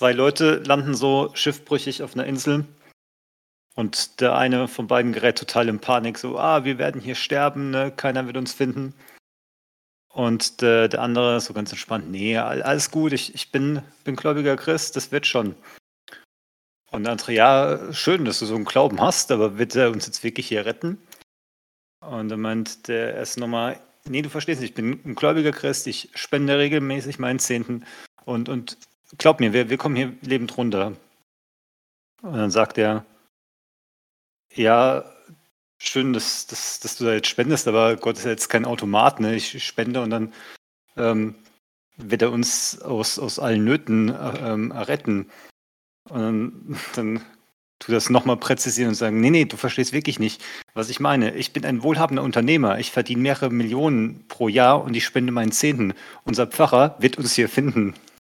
2 Leute landen so schiffbrüchig auf einer Insel und der eine von beiden gerät total in Panik, so, wir werden hier sterben, ne? Keiner wird uns finden. Und der andere so ganz entspannt, nee, alles gut, ich bin gläubiger Christ, das wird schon. Und der andere, ja, schön, dass du so einen Glauben hast, aber wird er uns jetzt wirklich hier retten? Und dann meint der erste nochmal, nee, du verstehst nicht, ich bin ein gläubiger Christ, ich spende regelmäßig meinen Zehnten und glaub mir, wir kommen hier lebend runter. Und dann sagt er, ja, schön, dass du da jetzt spendest, aber Gott ist ja jetzt kein Automat, ne? Ich spende und dann ähm, wird er uns aus allen Nöten erretten. Und dann tut das nochmal präzisieren und sagen, nee, du verstehst wirklich nicht, was ich meine. Ich bin ein wohlhabender Unternehmer, ich verdiene mehrere Millionen pro Jahr und ich spende meinen Zehnten. Unser Pfarrer wird uns hier finden.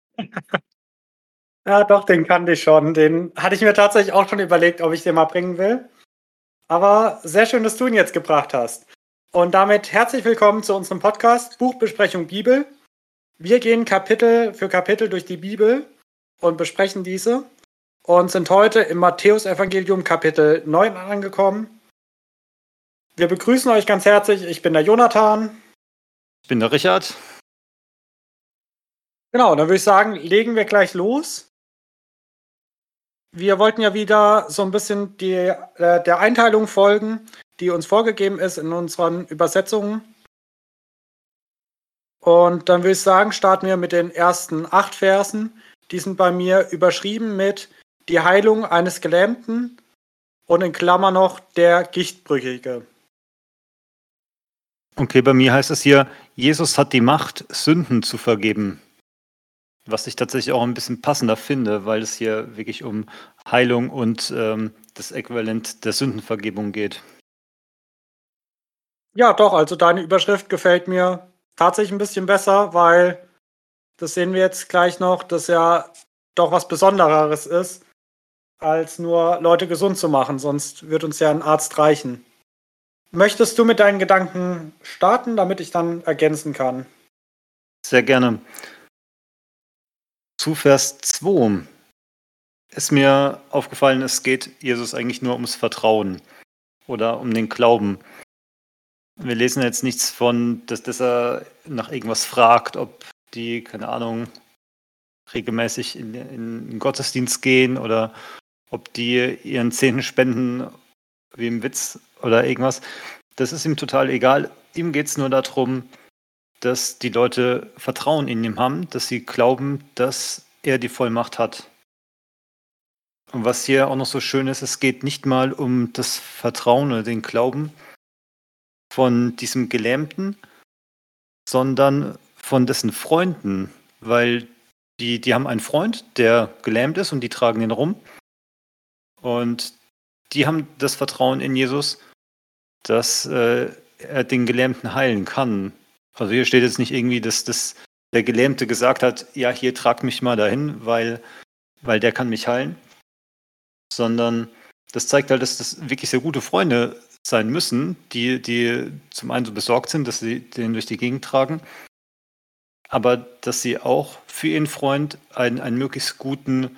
Ja, doch, den kannte ich schon. Den hatte ich mir tatsächlich auch schon überlegt, ob ich den mal bringen will. Aber sehr schön, dass du ihn jetzt gebracht hast. Und damit herzlich willkommen zu unserem Podcast Buchbesprechung Bibel. Wir gehen Kapitel für Kapitel durch die Bibel und besprechen diese und sind heute im Matthäusevangelium Kapitel 9 angekommen. Wir begrüßen euch ganz herzlich. Ich bin der Jonathan. Ich bin der Richard. Genau, dann würde ich sagen, legen wir gleich los. Wir wollten ja wieder so ein bisschen der Einteilung folgen, die uns vorgegeben ist in unseren Übersetzungen. Und dann würde ich sagen, starten wir mit den ersten 8 Versen. Die sind bei mir überschrieben mit die Heilung eines Gelähmten und in Klammer noch der Gichtbrüchige. Okay, bei mir heißt es hier, Jesus hat die Macht, Sünden zu vergeben. Was ich tatsächlich auch ein bisschen passender finde, weil es hier wirklich um Heilung und das Äquivalent der Sündenvergebung geht. Ja, doch, also deine Überschrift gefällt mir tatsächlich ein bisschen besser, weil, das sehen wir jetzt gleich noch, dass ja doch was Besondereres ist, als nur Leute gesund zu machen, sonst wird uns ja ein Arzt reichen. Möchtest du mit deinen Gedanken starten, damit ich dann ergänzen kann? Sehr gerne. Zu Vers 2 ist mir aufgefallen, es geht Jesus eigentlich nur ums Vertrauen oder um den Glauben. Wir lesen jetzt nichts von, dass er nach irgendwas fragt, ob die, keine Ahnung, regelmäßig in den Gottesdienst gehen oder ob die ihren Zehnten spenden, wie im Witz oder irgendwas. Das ist ihm total egal. Ihm geht es nur darum, dass die Leute Vertrauen in ihm haben, dass sie glauben, dass er die Vollmacht hat. Und was hier auch noch so schön ist, es geht nicht mal um das Vertrauen oder den Glauben von diesem Gelähmten, sondern von dessen Freunden, weil die haben einen Freund, der gelähmt ist und die tragen ihn rum. Und die haben das Vertrauen in Jesus, dass er den Gelähmten heilen kann. Also hier steht jetzt nicht irgendwie, dass der Gelähmte gesagt hat, ja, hier trag mich mal dahin, weil der kann mich heilen, sondern das zeigt halt, dass das wirklich sehr gute Freunde sein müssen, die zum einen so besorgt sind, dass sie den durch die Gegend tragen, aber dass sie auch für ihren Freund einen möglichst guten,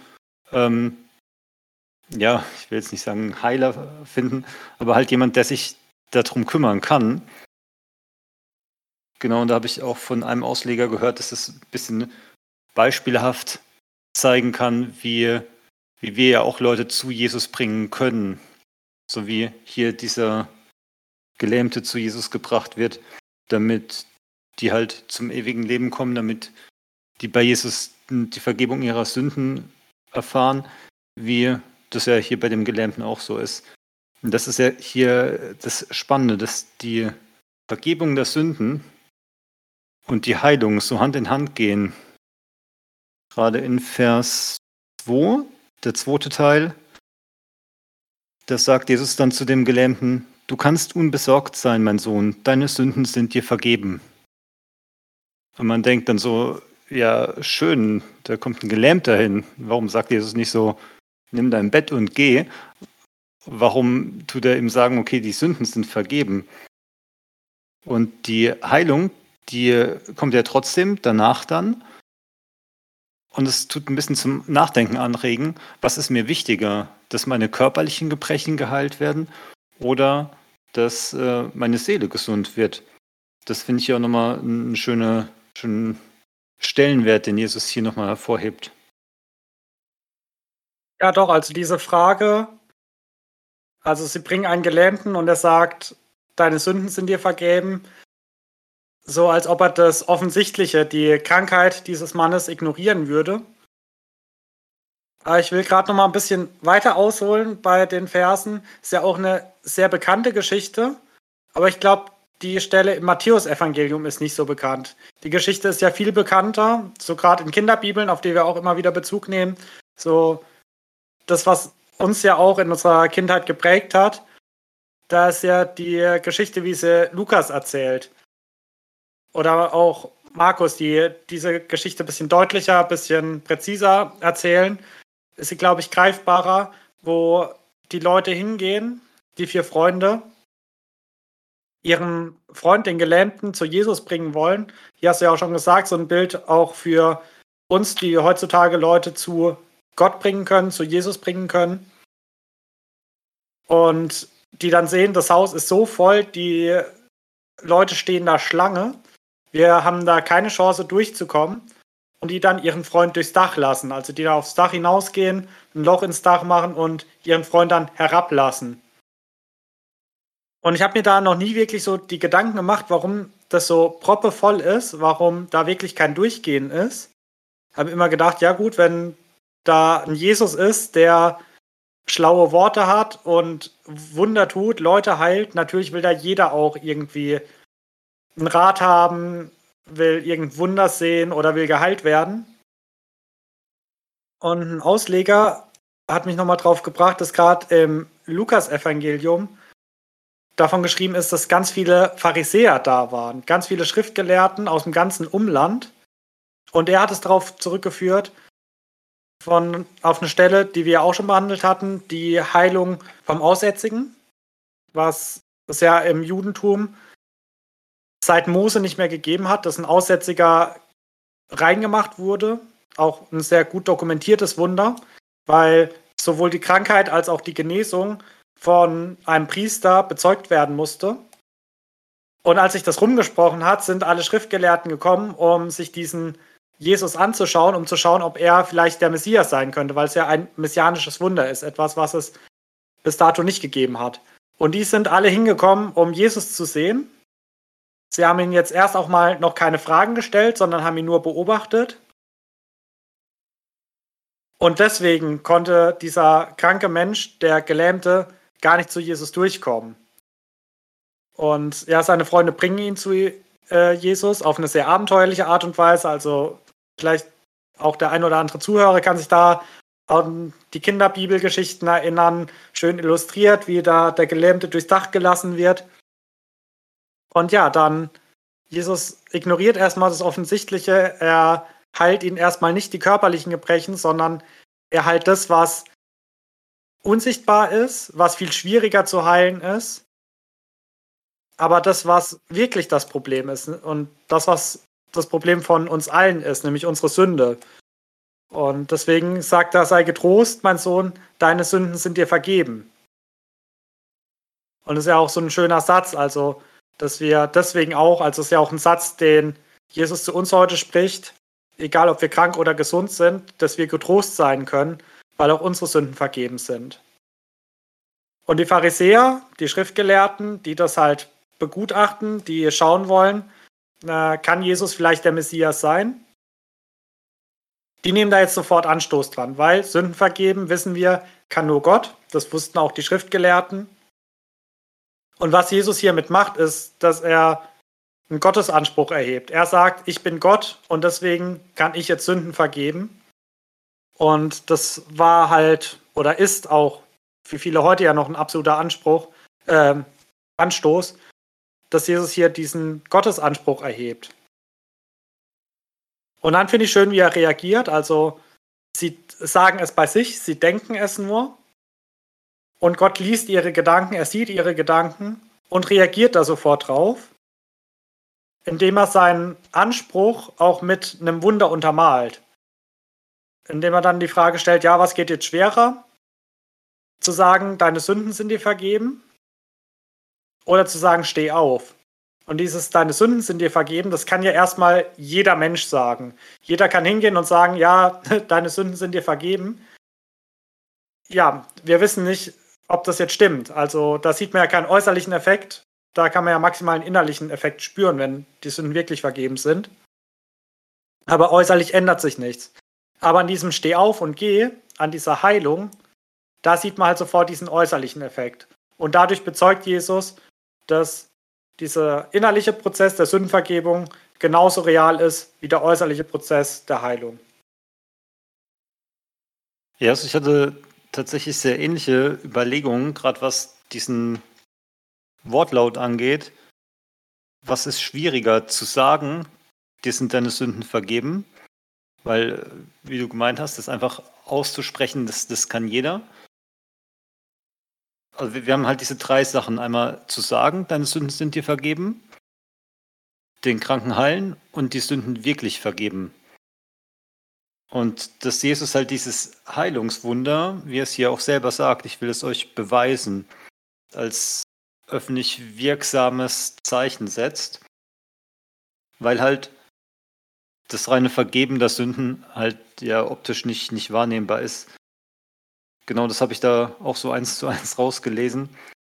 ja, ich will jetzt nicht sagen Heiler finden, aber halt jemand, der sich darum kümmern kann. Genau, und da habe ich auch von einem Ausleger gehört, dass das ein bisschen beispielhaft zeigen kann, wie wir ja auch Leute zu Jesus bringen können. So wie hier dieser Gelähmte zu Jesus gebracht wird, damit die halt zum ewigen Leben kommen, damit die bei Jesus die Vergebung ihrer Sünden erfahren, wie das ja hier bei dem Gelähmten auch so ist. Und das ist ja hier das Spannende, dass die Vergebung der Sünden und die Heilung so Hand in Hand gehen. Gerade in Vers 2, der zweite Teil, da sagt Jesus dann zu dem Gelähmten, du kannst unbesorgt sein, mein Sohn, deine Sünden sind dir vergeben. Und man denkt dann so, ja, schön, da kommt ein Gelähmter hin. Warum sagt Jesus nicht so, nimm dein Bett und geh? Warum tut er ihm sagen, okay, die Sünden sind vergeben? Und die Heilung, die kommt ja trotzdem danach dann. Und es tut ein bisschen zum Nachdenken anregen, was ist mir wichtiger, dass meine körperlichen Gebrechen geheilt werden oder dass meine Seele gesund wird. Das finde ich ja auch nochmal einen schönen Stellenwert, den Jesus hier nochmal hervorhebt. Ja, doch, also diese Frage, also sie bringen einen Gelähmten und er sagt, deine Sünden sind dir vergeben, so als ob er das Offensichtliche, die Krankheit dieses Mannes ignorieren würde. Aber ich will gerade noch mal ein bisschen weiter ausholen bei den Versen. Ist ja auch eine sehr bekannte Geschichte, aber ich glaube, die Stelle im Matthäusevangelium ist nicht so bekannt. Die Geschichte ist ja viel bekannter, so gerade in Kinderbibeln, auf die wir auch immer wieder Bezug nehmen. So das, was uns ja auch in unserer Kindheit geprägt hat, da ist ja die Geschichte, wie sie Lukas erzählt. Oder auch Markus, die diese Geschichte ein bisschen deutlicher, ein bisschen präziser erzählen, ist sie, glaube ich, greifbarer, wo die Leute hingehen, die 4 Freunde, ihren Freund, den Gelähmten, zu Jesus bringen wollen. Hier hast du ja auch schon gesagt, so ein Bild auch für uns, die heutzutage Leute zu Gott bringen können, zu Jesus bringen können. Und die dann sehen, das Haus ist so voll, die Leute stehen da Schlange. Wir haben da keine Chance durchzukommen. Und die dann ihren Freund durchs Dach lassen. Also die da aufs Dach hinausgehen, ein Loch ins Dach machen und ihren Freund dann herablassen. Und ich habe mir da noch nie wirklich so die Gedanken gemacht, warum das so proppevoll ist, warum da wirklich kein Durchgehen ist. Habe immer gedacht, ja gut, wenn da ein Jesus ist, der schlaue Worte hat und Wunder tut, Leute heilt, natürlich will da jeder auch irgendwie einen Rat haben, will irgendein Wunder sehen oder will geheilt werden. Und ein Ausleger hat mich nochmal drauf gebracht, dass gerade im Lukas-Evangelium davon geschrieben ist, dass ganz viele Pharisäer da waren, ganz viele Schriftgelehrten aus dem ganzen Umland. Und er hat es darauf zurückgeführt, auf eine Stelle, die wir auch schon behandelt hatten, die Heilung vom Aussätzigen, was es ja im Judentum seit Mose nicht mehr gegeben hat, dass ein Aussätziger reingemacht wurde. Auch ein sehr gut dokumentiertes Wunder, weil sowohl die Krankheit als auch die Genesung von einem Priester bezeugt werden musste. Und als sich das rumgesprochen hat, sind alle Schriftgelehrten gekommen, um sich diesen Jesus anzuschauen, um zu schauen, ob er vielleicht der Messias sein könnte, weil es ja ein messianisches Wunder ist, etwas, was es bis dato nicht gegeben hat. Und die sind alle hingekommen, um Jesus zu sehen. Sie haben ihn jetzt erst auch mal noch keine Fragen gestellt, sondern haben ihn nur beobachtet. Und deswegen konnte dieser kranke Mensch, der Gelähmte, gar nicht zu Jesus durchkommen. Und ja, seine Freunde bringen ihn zu Jesus auf eine sehr abenteuerliche Art und Weise. Also vielleicht auch der ein oder andere Zuhörer kann sich da an die Kinderbibelgeschichten erinnern, schön illustriert, wie da der Gelähmte durchs Dach gelassen wird. Und ja, dann Jesus ignoriert erstmal das Offensichtliche, er heilt ihn erstmal nicht die körperlichen Gebrechen, sondern er heilt das, was unsichtbar ist, was viel schwieriger zu heilen ist, aber das, was wirklich das Problem ist und das, was das Problem von uns allen ist, nämlich unsere Sünde. Und deswegen sagt er, sei getrost, mein Sohn, deine Sünden sind dir vergeben. Und das ist ja auch so ein schöner Satz, also, dass wir deswegen auch, also es ist ja auch ein Satz, den Jesus zu uns heute spricht, egal ob wir krank oder gesund sind, dass wir getrost sein können, weil auch unsere Sünden vergeben sind. Und die Pharisäer, die Schriftgelehrten, die das halt begutachten, die schauen wollen, kann Jesus vielleicht der Messias sein? Die nehmen da jetzt sofort Anstoß dran, weil Sünden vergeben, wissen wir, kann nur Gott. Das wussten auch die Schriftgelehrten. Und was Jesus hiermit macht, ist, dass er einen Gottesanspruch erhebt. Er sagt, ich bin Gott und deswegen kann ich jetzt Sünden vergeben. Und das war halt oder ist auch für viele heute ja noch ein absoluter Anstoß, dass Jesus hier diesen Gottesanspruch erhebt. Und dann finde ich schön, wie er reagiert. Also sie sagen es bei sich, sie denken es nur. Und Gott liest ihre Gedanken, er sieht ihre Gedanken und reagiert da sofort drauf, indem er seinen Anspruch auch mit einem Wunder untermalt. indem er dann die Frage stellt, ja, was geht jetzt schwerer? Zu sagen, deine Sünden sind dir vergeben oder zu sagen, steh auf. Und dieses deine Sünden sind dir vergeben, das kann ja erstmal jeder Mensch sagen. Jeder kann hingehen und sagen, ja, deine Sünden sind dir vergeben. Ja, wir wissen nicht, ob das jetzt stimmt. Also da sieht man ja keinen äußerlichen Effekt. Da kann man ja maximal einen innerlichen Effekt spüren, wenn die Sünden wirklich vergeben sind. Aber äußerlich ändert sich nichts. Aber an diesem Steh auf und geh, an dieser Heilung, da sieht man halt sofort diesen äußerlichen Effekt. Und dadurch bezeugt Jesus, dass dieser innerliche Prozess der Sündenvergebung genauso real ist wie der äußerliche Prozess der Heilung. Ja, also ich hatte tatsächlich sehr ähnliche Überlegungen, gerade was diesen Wortlaut angeht. Was ist schwieriger zu sagen, dir sind deine Sünden vergeben? Weil, wie du gemeint hast, das einfach auszusprechen, das kann jeder. Also wir haben halt diese 3 Sachen. Einmal zu sagen, deine Sünden sind dir vergeben, den Kranken heilen und die Sünden wirklich vergeben. Und dass Jesus halt dieses Heilungswunder, wie er es hier auch selber sagt, ich will es euch beweisen, als öffentlich wirksames Zeichen setzt, weil halt das reine Vergeben der Sünden halt ja optisch nicht wahrnehmbar ist. Genau, das habe ich da auch so 1:1 rausgelesen.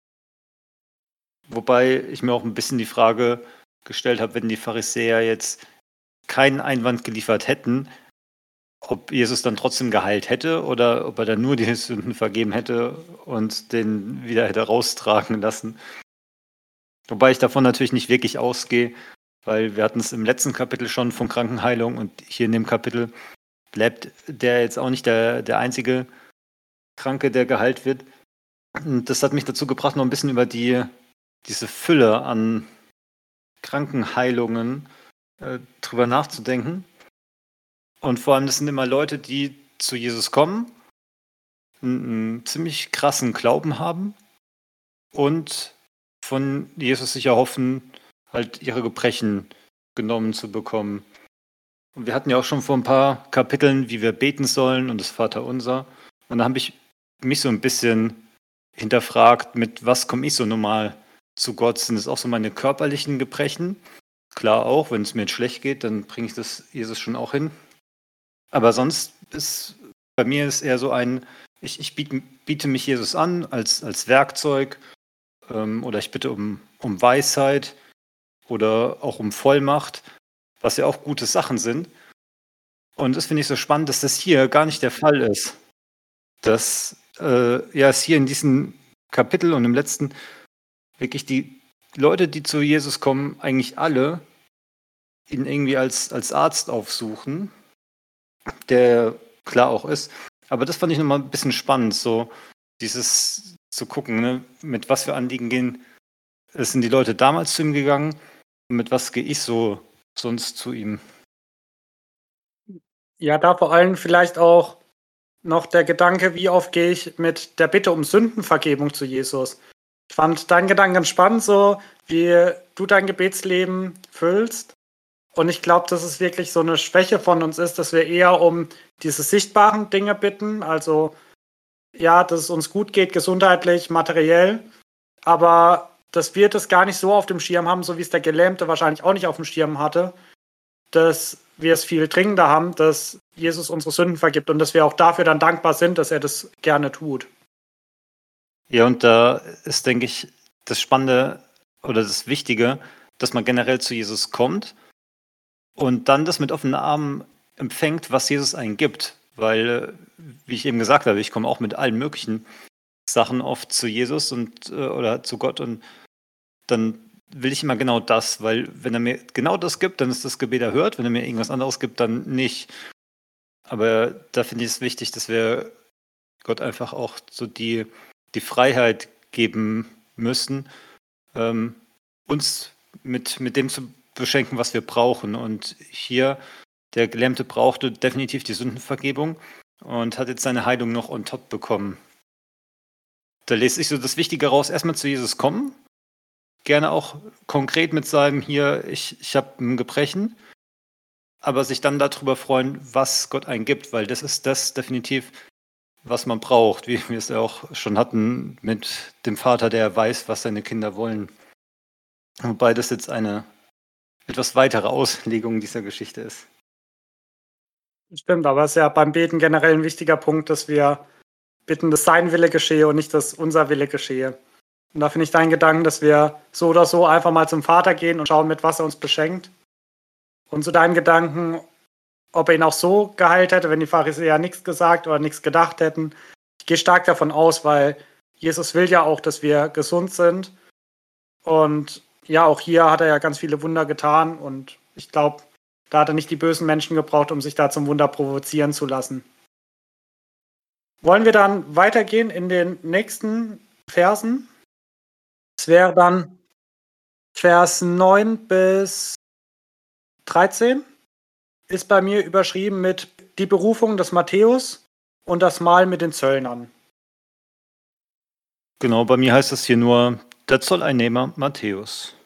Wobei ich mir auch ein bisschen die Frage gestellt habe, wenn die Pharisäer jetzt keinen Einwand geliefert hätten, ob Jesus dann trotzdem geheilt hätte oder ob er dann nur die Sünden vergeben hätte und den wieder hätte raustragen lassen. Wobei ich davon natürlich nicht wirklich ausgehe, weil wir hatten es im letzten Kapitel schon von Krankenheilung und hier in dem Kapitel bleibt der jetzt auch nicht der einzige Kranke, der geheilt wird. Und das hat mich dazu gebracht, noch ein bisschen über diese Fülle an Krankenheilungen drüber nachzudenken. Und vor allem, das sind immer Leute, die zu Jesus kommen, einen ziemlich krassen Glauben haben und von Jesus sich erhoffen, halt ihre Gebrechen genommen zu bekommen. Und wir hatten ja auch schon vor ein paar Kapiteln, wie wir beten sollen und das Vaterunser. Und da habe ich mich so ein bisschen hinterfragt, mit was komme ich so normal zu Gott? Sind es auch so meine körperlichen Gebrechen? Klar auch, wenn es mir schlecht geht, dann bringe ich das Jesus schon auch hin. Aber sonst ist bei mir ist eher so ich biete mich Jesus an als Werkzeug oder ich bitte um Weisheit oder auch um Vollmacht, was ja auch gute Sachen sind. Und das finde ich so spannend, dass das hier gar nicht der Fall ist. Dass ja es hier in diesem Kapitel und im letzten wirklich die Leute, die zu Jesus kommen, eigentlich alle ihn irgendwie als Arzt aufsuchen, der klar auch ist. Aber das fand ich nochmal ein bisschen spannend, so dieses zu gucken, ne? Mit was für Anliegen sind die Leute damals zu ihm gegangen und mit was gehe ich so sonst zu ihm. Ja, da vor allem vielleicht auch noch der Gedanke, wie oft gehe ich mit der Bitte um Sündenvergebung zu Jesus. Ich fand deinen Gedanken ganz spannend, so wie du dein Gebetsleben füllst. Und ich glaube, dass es wirklich so eine Schwäche von uns ist, dass wir eher um diese sichtbaren Dinge bitten. Also ja, dass es uns gut geht, gesundheitlich, materiell. Aber dass wir das gar nicht so auf dem Schirm haben, so wie es der Gelähmte wahrscheinlich auch nicht auf dem Schirm hatte, dass wir es viel dringender haben, dass Jesus unsere Sünden vergibt und dass wir auch dafür dann dankbar sind, dass er das gerne tut. Ja, und da ist, denke ich, das Spannende oder das Wichtige, dass man generell zu Jesus kommt und dann das mit offenen Armen empfängt, was Jesus einen gibt. Weil, wie ich eben gesagt habe, ich komme auch mit allen möglichen Sachen oft zu Jesus und oder zu Gott und dann will ich immer genau das, weil wenn er mir genau das gibt, dann ist das Gebet erhört, wenn er mir irgendwas anderes gibt, dann nicht. Aber da finde ich es wichtig, dass wir Gott einfach auch so die Freiheit geben müssen, uns mit dem zu beschenken, was wir brauchen. Und hier, der Gelähmte brauchte definitiv die Sündenvergebung und hat jetzt seine Heilung noch on top bekommen. Da lese ich so das Wichtige raus, erstmal zu Jesus kommen, gerne auch konkret mit seinem hier, ich habe ein Gebrechen, aber sich dann darüber freuen, was Gott einen gibt, weil das ist das definitiv, was man braucht, wie wir es ja auch schon hatten mit dem Vater, der weiß, was seine Kinder wollen. Wobei das jetzt eine etwas weitere Auslegung dieser Geschichte ist. Stimmt, aber es ist ja beim Beten generell ein wichtiger Punkt, dass wir bitten, dass sein Wille geschehe und nicht, dass unser Wille geschehe. Und da finde ich deinen Gedanken, dass wir so oder so einfach mal zum Vater gehen und schauen, mit was er uns beschenkt. Und zu deinen Gedanken, ob er ihn auch so geheilt hätte, wenn die Pharisäer nichts gesagt oder nichts gedacht hätten. Ich gehe stark davon aus, weil Jesus will ja auch, dass wir gesund sind. Und ja, auch hier hat er ja ganz viele Wunder getan. Und ich glaube, da hat er nicht die bösen Menschen gebraucht, um sich da zum Wunder provozieren zu lassen. Wollen wir dann weitergehen in den nächsten Versen? Es wäre dann Vers 9 bis 13. Ist bei mir überschrieben mit die Berufung des Matthäus und das Mahl mit den Zöllnern. Genau, bei mir heißt es hier nur der Zolleinnehmer Matthäus.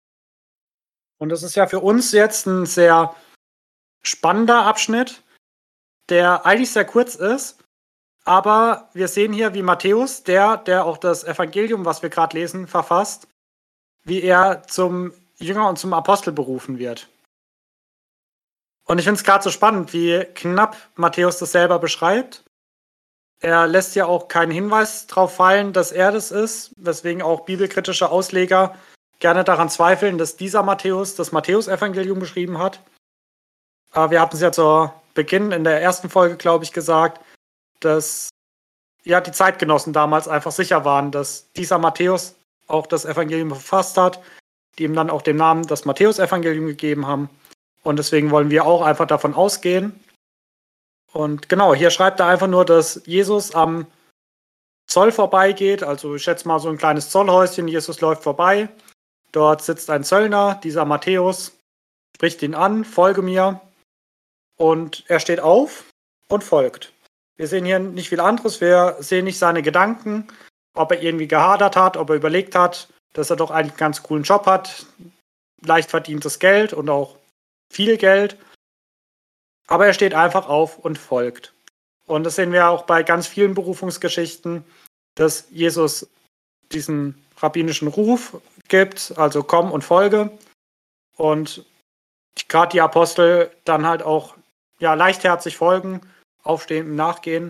Und das ist ja für uns jetzt ein sehr spannender Abschnitt, der eigentlich sehr kurz ist, aber wir sehen hier, wie Matthäus, der auch das Evangelium, was wir gerade lesen, verfasst, wie er zum Jünger und zum Apostel berufen wird. Und ich finde es gerade so spannend, wie knapp Matthäus das selber beschreibt. Er lässt ja auch keinen Hinweis darauf fallen, dass er das ist, weswegen auch bibelkritische Ausleger gerne daran zweifeln, dass dieser Matthäus das Matthäus-Evangelium geschrieben hat. Aber wir hatten es ja zu Beginn in der ersten Folge, glaube ich, gesagt, dass ja die Zeitgenossen damals einfach sicher waren, dass dieser Matthäus auch das Evangelium verfasst hat, die ihm dann auch den Namen das Matthäus-Evangelium gegeben haben. Und deswegen wollen wir auch einfach davon ausgehen. Und genau, hier schreibt er einfach nur, dass Jesus am Zoll vorbeigeht. Also ich schätze mal so ein kleines Zollhäuschen. Jesus läuft vorbei. Dort sitzt ein Zöllner, dieser Matthäus, spricht ihn an, folge mir. Und er steht auf und folgt. Wir sehen hier nicht viel anderes. Wir sehen nicht seine Gedanken, ob er irgendwie gehadert hat, ob er überlegt hat, dass er doch eigentlich einen ganz coolen Job hat, leicht verdientes Geld und auch viel Geld. Aber er steht einfach auf und folgt. Und das sehen wir auch bei ganz vielen Berufungsgeschichten, dass Jesus diesen rabbinischen Ruf gibt, also komm und folge. Und gerade die Apostel dann halt auch ja, leichtherzig folgen, aufstehen und nachgehen.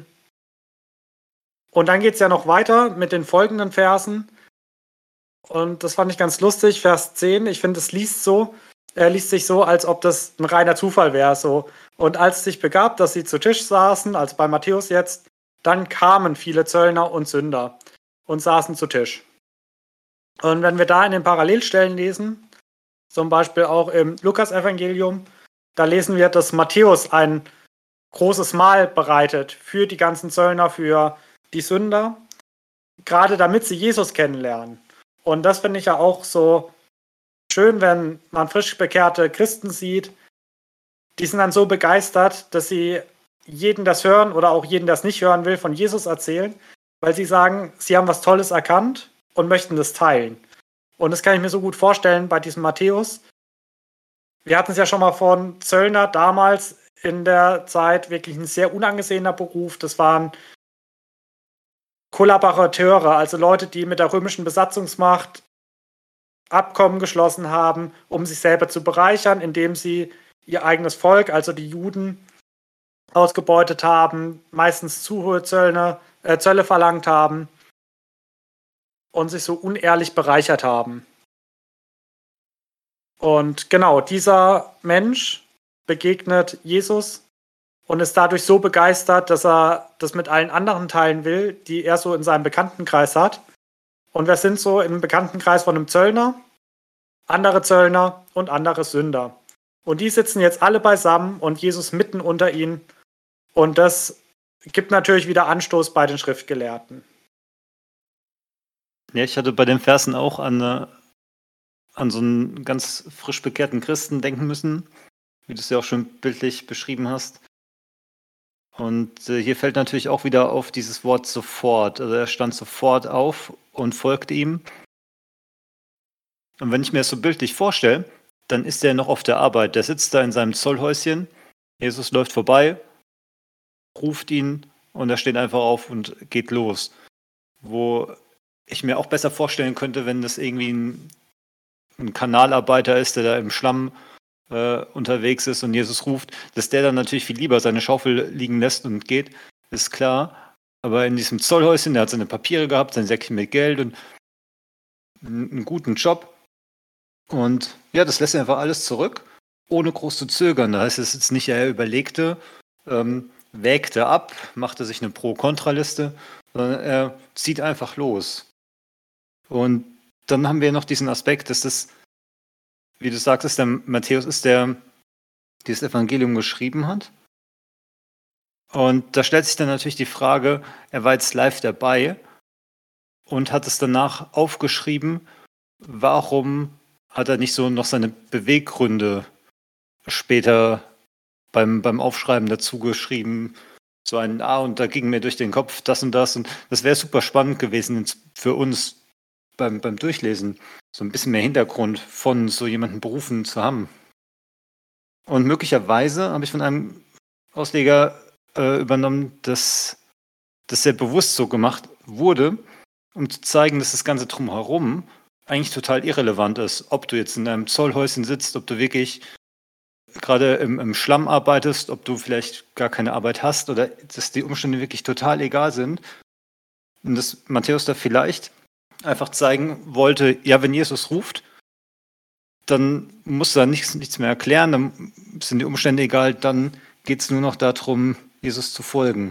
Und dann geht es ja noch weiter mit den folgenden Versen. Und das fand ich ganz lustig, Vers 10. Ich finde, es liest sich so, als ob das ein reiner Zufall wäre. So. Und als es sich begab, dass sie zu Tisch saßen, also bei Matthäus jetzt, dann kamen viele Zöllner und Sünder und saßen zu Tisch. Und wenn wir da in den Parallelstellen lesen, zum Beispiel auch im Lukas-Evangelium, da lesen wir, dass Matthäus ein großes Mahl bereitet für die ganzen Zöllner, für die Sünder, gerade damit sie Jesus kennenlernen. Und das finde ich ja auch so schön, wenn man frisch bekehrte Christen sieht, die sind dann so begeistert, dass sie jeden das hören oder auch jeden das nicht hören will, von Jesus erzählen, weil sie sagen, sie haben was Tolles erkannt und möchten das teilen. Und das kann ich mir so gut vorstellen bei diesem Matthäus. Wir hatten es ja schon mal von Zöllner damals in der Zeit, wirklich ein sehr unangesehener Beruf. Das waren Kollaborateure, also Leute, die mit der römischen Besatzungsmacht Abkommen geschlossen haben, um sich selber zu bereichern, indem sie ihr eigenes Volk, also die Juden, ausgebeutet haben, meistens zu hohe Zölle verlangt haben und sich so unehrlich bereichert haben. Und genau, dieser Mensch begegnet Jesus und ist dadurch so begeistert, dass er das mit allen anderen teilen will, die er so in seinem Bekanntenkreis hat. Und wir sind so im Bekanntenkreis von einem Zöllner, andere Zöllner und andere Sünder. Und die sitzen jetzt alle beisammen und Jesus mitten unter ihnen. Und das gibt natürlich wieder Anstoß bei den Schriftgelehrten. Ja, ich hatte bei den Versen auch an so einen ganz frisch bekehrten Christen denken müssen, wie du es ja auch schon bildlich beschrieben hast. Und hier fällt natürlich auch wieder auf dieses Wort sofort. Also er stand sofort auf und folgte ihm. Und wenn ich mir das so bildlich vorstelle, dann ist er noch auf der Arbeit. Der sitzt da in seinem Zollhäuschen. Jesus läuft vorbei, ruft ihn und er steht einfach auf und geht los. Wo ich mir auch besser vorstellen könnte, wenn das irgendwie ein Kanalarbeiter ist, der da im Schlamm unterwegs ist und Jesus ruft, dass der dann natürlich viel lieber seine Schaufel liegen lässt und geht, ist klar. Aber in diesem Zollhäuschen, der hat seine Papiere gehabt, sein Säckchen mit Geld und einen guten Job. Und ja, das lässt er einfach alles zurück, ohne groß zu zögern. Da heißt es jetzt nicht, er überlegte, wägte ab, machte sich eine Pro-Kontra-Liste, sondern er zieht einfach los. Und dann haben wir noch diesen Aspekt, dass das, wie du sagtest, der Matthäus ist, der dieses Evangelium geschrieben hat. Und da stellt sich dann natürlich die Frage, er war jetzt live dabei und hat es danach aufgeschrieben, warum hat er nicht so noch seine Beweggründe später beim Aufschreiben dazu geschrieben, so ein, und da ging mir durch den Kopf das und das. Und das wäre super spannend gewesen für uns beim Durchlesen, so ein bisschen mehr Hintergrund von so jemanden berufen zu haben. Und möglicherweise habe ich von einem Ausleger übernommen, dass das sehr bewusst so gemacht wurde, um zu zeigen, dass das Ganze drumherum eigentlich total irrelevant ist. Ob du jetzt in einem Zollhäuschen sitzt, ob du wirklich gerade im Schlamm arbeitest, ob du vielleicht gar keine Arbeit hast oder dass die Umstände wirklich total egal sind. Und dass Matthäus da vielleicht einfach zeigen wollte, ja, wenn Jesus ruft, dann musst du da nichts mehr erklären, dann sind die Umstände egal, dann geht es nur noch darum, Jesus zu folgen.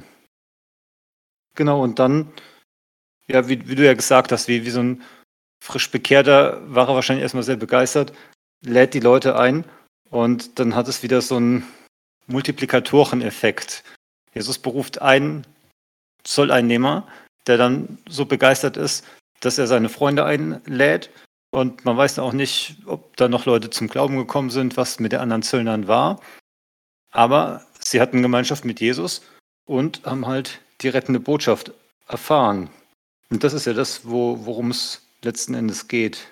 Genau, und dann, ja, wie du ja gesagt hast, wie so ein frisch Bekehrter war er wahrscheinlich erstmal sehr begeistert, lädt die Leute ein und dann hat es wieder so einen Multiplikatoreneffekt. Jesus beruft einen Zolleinnehmer, der dann so begeistert ist, dass er seine Freunde einlädt und man weiß auch nicht, ob da noch Leute zum Glauben gekommen sind, was mit den anderen Zöllnern war. Aber sie hatten Gemeinschaft mit Jesus und haben halt die rettende Botschaft erfahren. Und das ist ja das, worum es letzten Endes geht.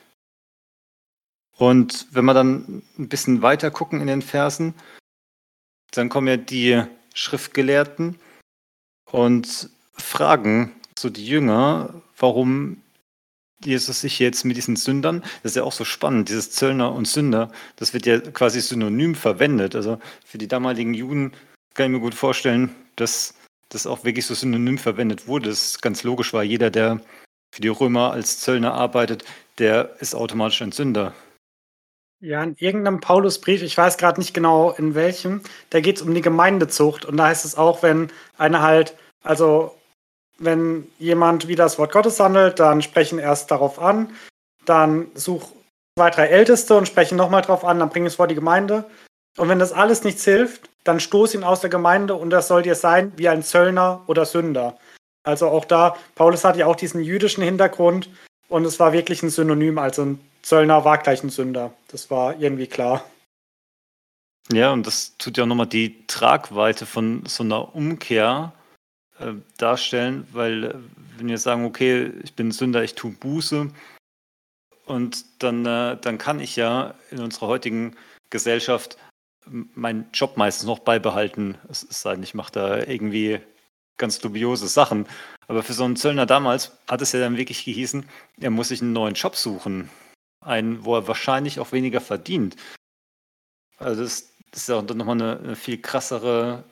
Und wenn wir dann ein bisschen weiter gucken in den Versen, dann kommen ja die Schriftgelehrten und fragen so die Jünger, warum Jesus sich jetzt mit diesen Sündern, das ist ja auch so spannend, dieses Zöllner und Sünder, das wird ja quasi synonym verwendet. Also für die damaligen Juden kann ich mir gut vorstellen, dass das auch wirklich so synonym verwendet wurde. Das ist ganz logisch, weil jeder, der für die Römer als Zöllner arbeitet, der ist automatisch ein Sünder. Ja, in irgendeinem Paulusbrief, ich weiß gerade nicht genau in welchem, da geht es um die Gemeindezucht. Und da heißt es auch, wenn einer halt, also wenn jemand wie das Wort Gottes handelt, dann sprechen erst darauf an, dann such 2, 3 Älteste und sprechen nochmal drauf an, dann bring es vor die Gemeinde. Und wenn das alles nichts hilft, dann stoß ihn aus der Gemeinde und das soll dir sein wie ein Zöllner oder Sünder. Also auch da, Paulus hat ja auch diesen jüdischen Hintergrund und es war wirklich ein Synonym, also ein Zöllner war gleich ein Sünder. Das war irgendwie klar. Ja, und das tut ja auch nochmal die Tragweite von so einer Umkehr darstellen, weil wenn wir sagen, okay, ich bin Sünder, ich tue Buße und dann kann ich ja in unserer heutigen Gesellschaft meinen Job meistens noch beibehalten. Es sei denn, ich mache da irgendwie ganz dubiose Sachen. Aber für so einen Zöllner damals hat es ja dann wirklich gehießen, er muss sich einen neuen Job suchen. Einen, wo er wahrscheinlich auch weniger verdient. Also das ist ja dann nochmal eine viel krassere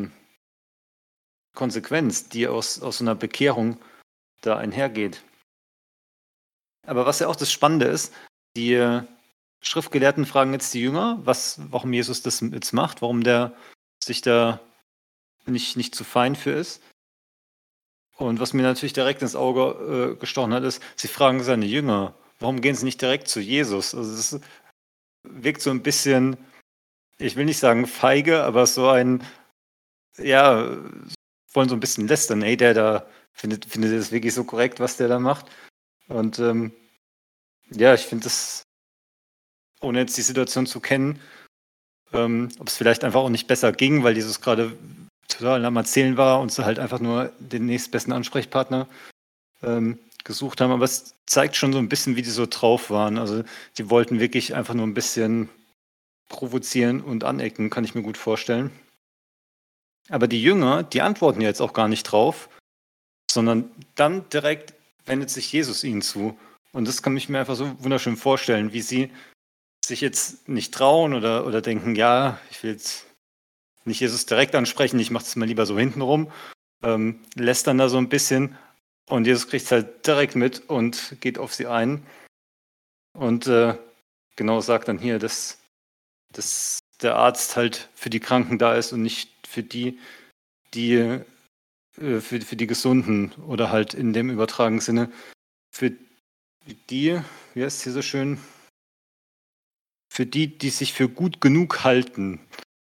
Konsequenz, die aus so einer Bekehrung da einhergeht. Aber was ja auch das Spannende ist, die Schriftgelehrten fragen jetzt die Jünger, warum Jesus das jetzt macht, warum der sich da nicht zu fein für ist. Und was mir natürlich direkt ins Auge gestochen hat, ist, sie fragen seine Jünger, warum gehen sie nicht direkt zu Jesus? Also das wirkt so ein bisschen, ich will nicht sagen feige, aber so ein, ja, wollen so ein bisschen lästern. Ey, der da findet das wirklich so korrekt, was der da macht. Und ja, ich finde das, ohne jetzt die Situation zu kennen, ob es vielleicht einfach auch nicht besser ging, weil Jesus gerade total am Erzählen war und sie halt einfach nur den nächstbesten Ansprechpartner gesucht haben. Aber es zeigt schon so ein bisschen, wie die so drauf waren. Also die wollten wirklich einfach nur ein bisschen provozieren und anecken, kann ich mir gut vorstellen. Aber die Jünger, die antworten jetzt auch gar nicht drauf, sondern dann direkt wendet sich Jesus ihnen zu. Und das kann ich mir einfach so wunderschön vorstellen, wie sie sich jetzt nicht trauen oder denken, ja, ich will jetzt nicht Jesus direkt ansprechen, ich mache das mal lieber so hintenrum, lästern da so ein bisschen und Jesus kriegt es halt direkt mit und geht auf sie ein und genau sagt dann hier, dass der Arzt halt für die Kranken da ist und nicht für die für die Gesunden oder halt in dem übertragenen Sinne für die, wie heißt es hier so schön, für die sich für gut genug halten.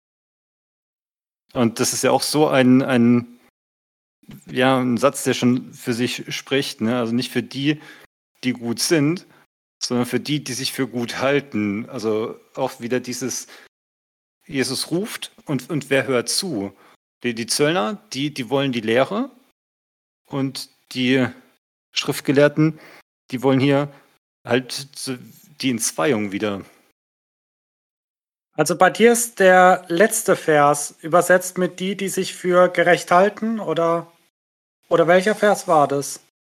Und das ist ja auch so ein Satz, der schon für sich spricht. Ne? Also nicht für die gut sind, sondern für die sich für gut halten. Also auch wieder dieses, Jesus ruft und wer hört zu? Die Zöllner, die wollen die Lehre und die Schriftgelehrten, die wollen hier halt die Entzweiung wieder. Also bei dir ist der letzte Vers übersetzt mit die sich für gerecht halten, oder welcher Vers war das?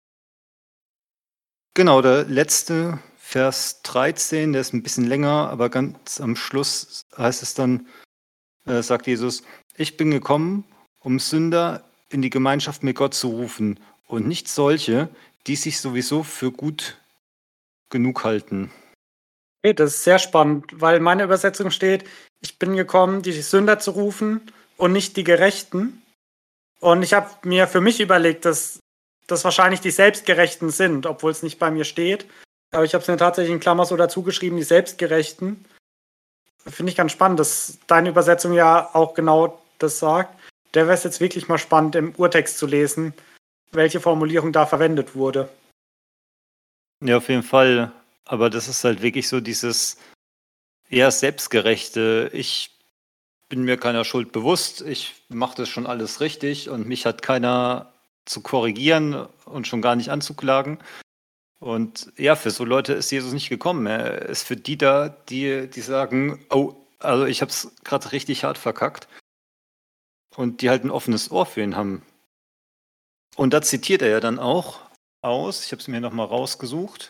Genau, der letzte Vers 13, der ist ein bisschen länger, aber ganz am Schluss heißt es dann, sagt Jesus, ich bin gekommen, um Sünder in die Gemeinschaft mit Gott zu rufen und nicht solche, die sich sowieso für gut genug halten. Okay, das ist sehr spannend, weil meine Übersetzung steht, ich bin gekommen, die Sünder zu rufen und nicht die Gerechten. Und ich habe mir für mich überlegt, dass das wahrscheinlich die Selbstgerechten sind, obwohl es nicht bei mir steht. Aber ich habe es mir tatsächlich in Klammer so dazu geschrieben, die Selbstgerechten. Finde ich ganz spannend, dass deine Übersetzung ja auch genau das sagt. Der wäre es jetzt wirklich mal spannend, im Urtext zu lesen, welche Formulierung da verwendet wurde. Ja, auf jeden Fall. Aber das ist halt wirklich so dieses eher Selbstgerechte. Ich bin mir keiner Schuld bewusst. Ich mache das schon alles richtig und mich hat keiner zu korrigieren und schon gar nicht anzuklagen. Und ja, für so Leute ist Jesus nicht gekommen. Er ist für die da, die sagen, oh, also ich habe es gerade richtig hart verkackt. Und die halt ein offenes Ohr für ihn haben. Und da zitiert er ja dann auch aus, ich habe es mir nochmal rausgesucht.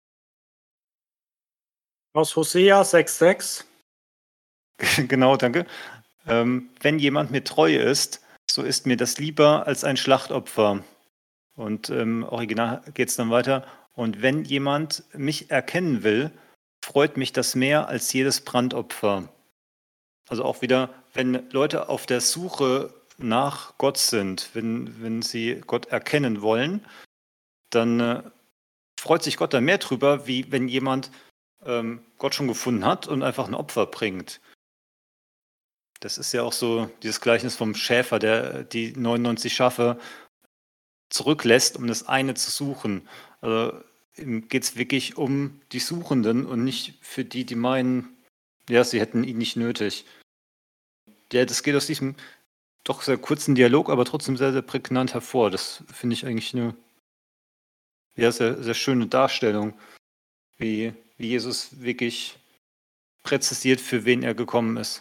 Aus Hosea 6,6. Genau, danke. Wenn jemand mir treu ist, so ist mir das lieber als ein Schlachtopfer. Und im Original geht es dann weiter. Und wenn jemand mich erkennen will, freut mich das mehr als jedes Brandopfer. Also auch wieder, wenn Leute auf der Suche nach Gott sind, wenn sie Gott erkennen wollen, dann freut sich Gott da mehr drüber, wie wenn jemand Gott schon gefunden hat und einfach ein Opfer bringt. Das ist ja auch so dieses Gleichnis vom Schäfer, der die 99 Schafe zurücklässt, um das eine zu suchen. Also geht es wirklich um die Suchenden und nicht für die meinen, ja, sie hätten ihn nicht nötig. Ja, das geht aus diesem doch sehr kurzen Dialog, aber trotzdem sehr, sehr prägnant hervor. Das finde ich eigentlich eine sehr, sehr schöne Darstellung, wie Jesus wirklich präzisiert, für wen er gekommen ist.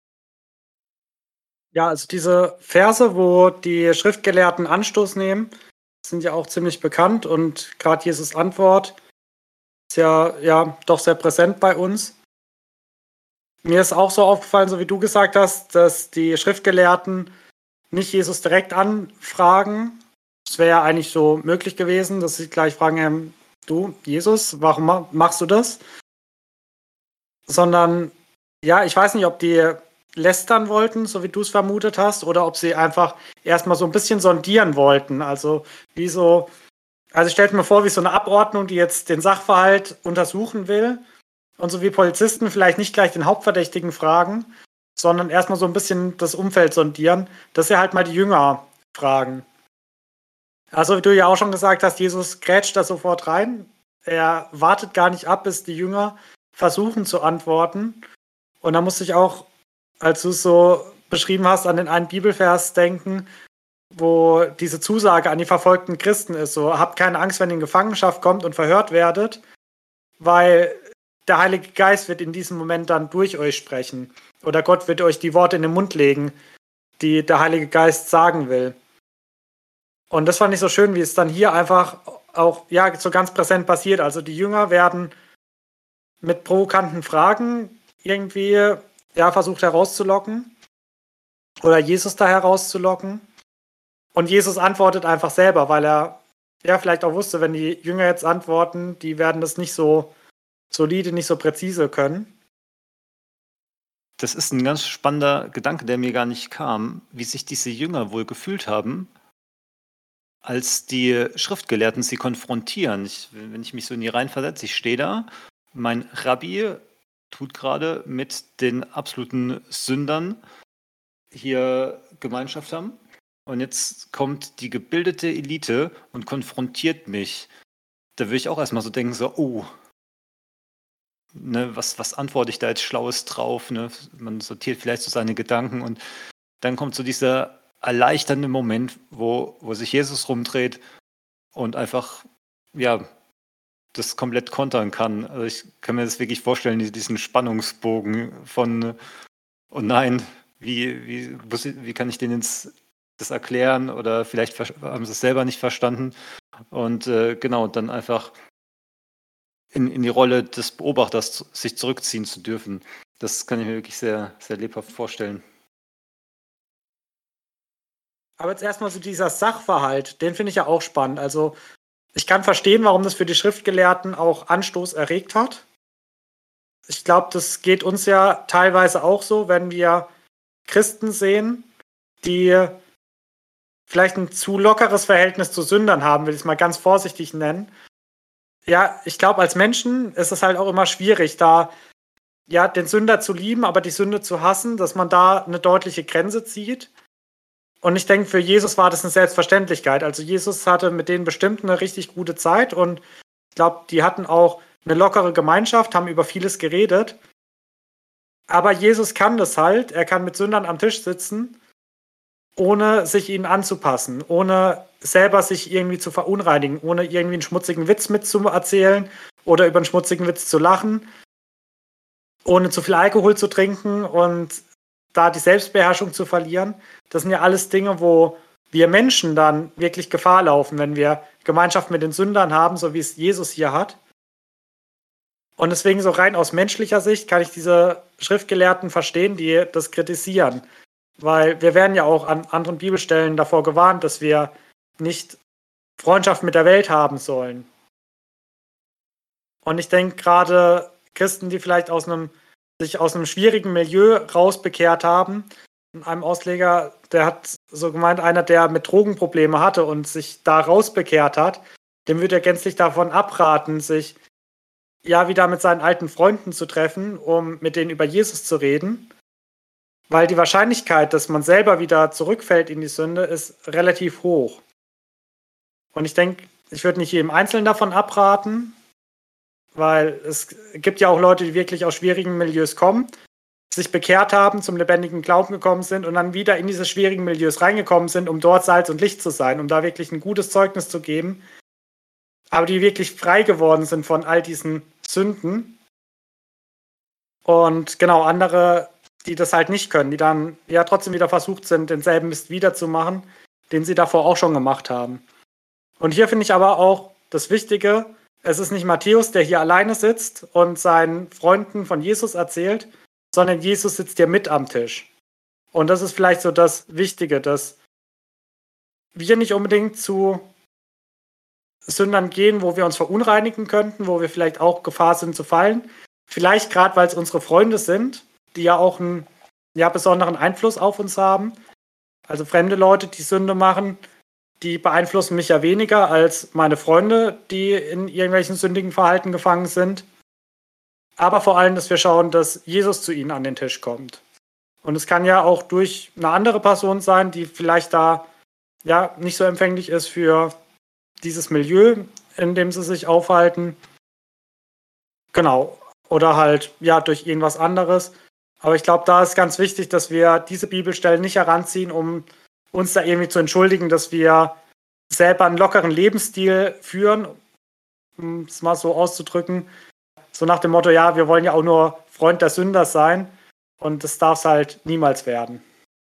Ja, also diese Verse, wo die Schriftgelehrten Anstoß nehmen, sind ja auch ziemlich bekannt und gerade Jesus' Antwort ist ja doch sehr präsent bei uns. Mir ist auch so aufgefallen, so wie du gesagt hast, dass die Schriftgelehrten nicht Jesus direkt anfragen. Es wäre ja eigentlich so möglich gewesen, dass sie gleich fragen, du, Jesus, warum machst du das? Sondern, ja, ich weiß nicht, ob die lästern wollten, so wie du es vermutet hast, oder ob sie einfach erstmal so ein bisschen sondieren wollten. Also ich stellte mir vor, wie so eine Abordnung, die jetzt den Sachverhalt untersuchen will und so wie Polizisten vielleicht nicht gleich den Hauptverdächtigen fragen, sondern erstmal so ein bisschen das Umfeld sondieren, dass sie halt mal die Jünger fragen. Also wie du ja auch schon gesagt hast, Jesus grätscht da sofort rein. Er wartet gar nicht ab, bis die Jünger versuchen zu antworten. Und da musste ich auch, als du es so beschrieben hast, an den einen Bibelvers denken, wo diese Zusage an die verfolgten Christen ist, so, habt keine Angst, wenn ihr in Gefangenschaft kommt und verhört werdet, weil der Heilige Geist wird in diesem Moment dann durch euch sprechen. Oder Gott wird euch die Worte in den Mund legen, die der Heilige Geist sagen will. Und das fand ich so schön, wie es dann hier einfach auch so ganz präsent passiert. Also die Jünger werden mit provokanten Fragen irgendwie versucht herauszulocken oder Jesus da herauszulocken. Und Jesus antwortet einfach selber, weil er vielleicht auch wusste, wenn die Jünger jetzt antworten, die werden das nicht so solide, nicht so präzise können. Das ist ein ganz spannender Gedanke, der mir gar nicht kam, wie sich diese Jünger wohl gefühlt haben, als die Schriftgelehrten sie konfrontieren. Wenn ich mich so in die Reihen versetze, ich stehe da, mein Rabbi tut gerade mit den absoluten Sündern hier Gemeinschaft haben. Und jetzt kommt die gebildete Elite und konfrontiert mich. Da würde ich auch erstmal so denken, was antworte ich da jetzt Schlaues drauf? Ne? Man sortiert vielleicht so seine Gedanken und dann kommt so dieser erleichternde Moment, wo sich Jesus rumdreht und einfach, das komplett kontern kann. Also ich kann mir das wirklich vorstellen, diesen Spannungsbogen von, oh nein, wie kann ich denen jetzt das erklären oder vielleicht haben sie es selber nicht verstanden und dann einfach in die Rolle des Beobachters sich zurückziehen zu dürfen. Das kann ich mir wirklich sehr, sehr lebhaft vorstellen. Aber jetzt erstmal so dieser Sachverhalt, den finde ich ja auch spannend. Also ich kann verstehen, warum das für die Schriftgelehrten auch Anstoß erregt hat. Ich glaube, das geht uns ja teilweise auch so, wenn wir Christen sehen, die vielleicht ein zu lockeres Verhältnis zu Sündern haben, will ich es mal ganz vorsichtig nennen. Ja, ich glaube, als Menschen ist es halt auch immer schwierig, da den Sünder zu lieben, aber die Sünde zu hassen, dass man da eine deutliche Grenze zieht. Und ich denke, für Jesus war das eine Selbstverständlichkeit. Also Jesus hatte mit denen bestimmt eine richtig gute Zeit und ich glaube, die hatten auch eine lockere Gemeinschaft, haben über vieles geredet. Aber Jesus kann das halt. Er kann mit Sündern am Tisch sitzen, ohne sich ihnen anzupassen, ohne selber sich irgendwie zu verunreinigen, ohne irgendwie einen schmutzigen Witz mitzuerzählen oder über einen schmutzigen Witz zu lachen, ohne zu viel Alkohol zu trinken und da die Selbstbeherrschung zu verlieren. Das sind ja alles Dinge, wo wir Menschen dann wirklich Gefahr laufen, wenn wir Gemeinschaft mit den Sündern haben, so wie es Jesus hier hat. Und deswegen so rein aus menschlicher Sicht kann ich diese Schriftgelehrten verstehen, die das kritisieren. Weil wir werden ja auch an anderen Bibelstellen davor gewarnt, dass wir nicht Freundschaft mit der Welt haben sollen. Und ich denke gerade Christen, die vielleicht sich aus einem schwierigen Milieu rausbekehrt haben. In einem Ausleger, der hat so gemeint, einer, der mit Drogenprobleme hatte und sich da rausbekehrt hat, dem würde er gänzlich davon abraten, sich wieder mit seinen alten Freunden zu treffen, um mit denen über Jesus zu reden. Weil die Wahrscheinlichkeit, dass man selber wieder zurückfällt in die Sünde, ist relativ hoch. Und ich denke, ich würde nicht jedem Einzelnen davon abraten, weil es gibt ja auch Leute, die wirklich aus schwierigen Milieus kommen, sich bekehrt haben, zum lebendigen Glauben gekommen sind und dann wieder in diese schwierigen Milieus reingekommen sind, um dort Salz und Licht zu sein, um da wirklich ein gutes Zeugnis zu geben, aber die wirklich frei geworden sind von all diesen Sünden. Und genau, andere, die das halt nicht können, die dann trotzdem wieder versucht sind, denselben Mist wiederzumachen, den sie davor auch schon gemacht haben. Und hier finde ich aber auch das Wichtige, es ist nicht Matthäus, der hier alleine sitzt und seinen Freunden von Jesus erzählt, sondern Jesus sitzt hier mit am Tisch. Und das ist vielleicht so das Wichtige, dass wir nicht unbedingt zu Sündern gehen, wo wir uns verunreinigen könnten, wo wir vielleicht auch Gefahr sind zu fallen. Vielleicht gerade, weil es unsere Freunde sind, die ja auch einen besonderen Einfluss auf uns haben. Also fremde Leute, die Sünde machen, die beeinflussen mich ja weniger als meine Freunde, die in irgendwelchen sündigen Verhalten gefangen sind. Aber vor allem, dass wir schauen, dass Jesus zu ihnen an den Tisch kommt. Und es kann ja auch durch eine andere Person sein, die vielleicht da nicht so empfänglich ist für dieses Milieu, in dem sie sich aufhalten. Genau. Oder halt durch irgendwas anderes. Aber ich glaube, da ist ganz wichtig, dass wir diese Bibelstellen nicht heranziehen, um uns da irgendwie zu entschuldigen, dass wir selber einen lockeren Lebensstil führen, um es mal so auszudrücken, so nach dem Motto, ja, wir wollen ja auch nur Freund der Sünder sein und das darf es halt niemals werden.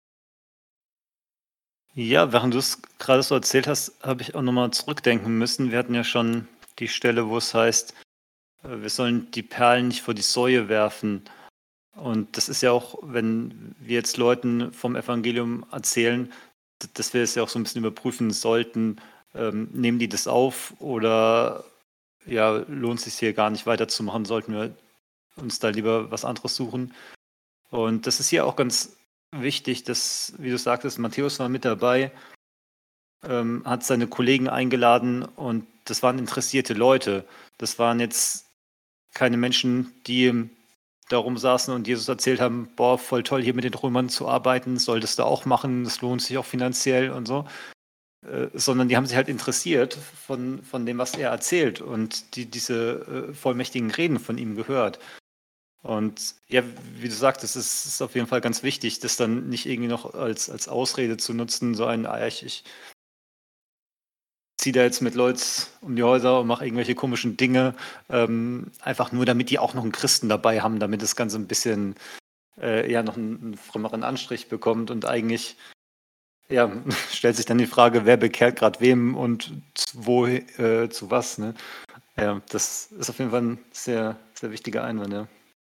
Ja, während du es gerade so erzählt hast, habe ich auch nochmal zurückdenken müssen. Wir hatten ja schon die Stelle, wo es heißt, wir sollen die Perlen nicht vor die Säue werfen. Und das ist ja auch, wenn wir jetzt Leuten vom Evangelium erzählen, dass wir es ja auch so ein bisschen überprüfen sollten, nehmen die das auf oder ja, lohnt es sich hier gar nicht weiterzumachen, sollten wir uns da lieber was anderes suchen. Und das ist hier auch ganz wichtig, dass, wie du sagtest, Matthäus war mit dabei, hat seine Kollegen eingeladen und das waren interessierte Leute. Das waren jetzt keine Menschen, die darum saßen und Jesus erzählt haben, boah, voll toll, hier mit den Römern zu arbeiten, solltest du auch machen, das lohnt sich auch finanziell und so. Sondern die haben sich halt interessiert von dem, was er erzählt und diese vollmächtigen Reden von ihm gehört. Und ja, wie du sagtest, es ist auf jeden Fall ganz wichtig, das dann nicht irgendwie noch als Ausrede zu nutzen, so ich ziehe da jetzt mit Leuten um die Häuser und mache irgendwelche komischen Dinge, einfach nur, damit die auch noch einen Christen dabei haben, damit das Ganze ein bisschen ja noch einen frömmeren Anstrich bekommt und eigentlich ja, stellt sich dann die Frage, wer bekehrt gerade wem und wo zu was, ne? Ja, das ist auf jeden Fall ein sehr, sehr wichtiger Einwand, ja.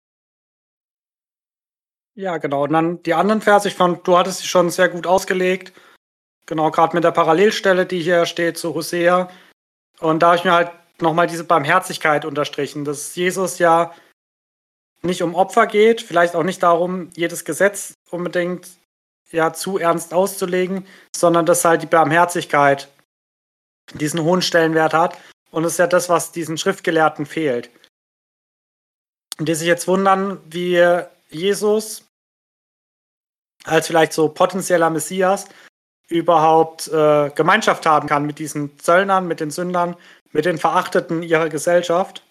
Ja, genau. Und dann die anderen Verse, ich fand, du hattest sie schon sehr gut ausgelegt. Genau, gerade mit der Parallelstelle, die hier steht zu Hosea. Und da habe ich mir halt nochmal diese Barmherzigkeit unterstrichen, dass Jesus ja nicht um Opfer geht, vielleicht auch nicht darum, jedes Gesetz unbedingt ja zu ernst auszulegen, sondern dass halt die Barmherzigkeit diesen hohen Stellenwert hat. Und das ist ja das, was diesen Schriftgelehrten fehlt. Und die sich jetzt wundern, wie Jesus als vielleicht so potenzieller Messias überhaupt Gemeinschaft haben kann mit diesen Zöllnern, mit den Sündern, mit den Verachteten ihrer Gesellschaft.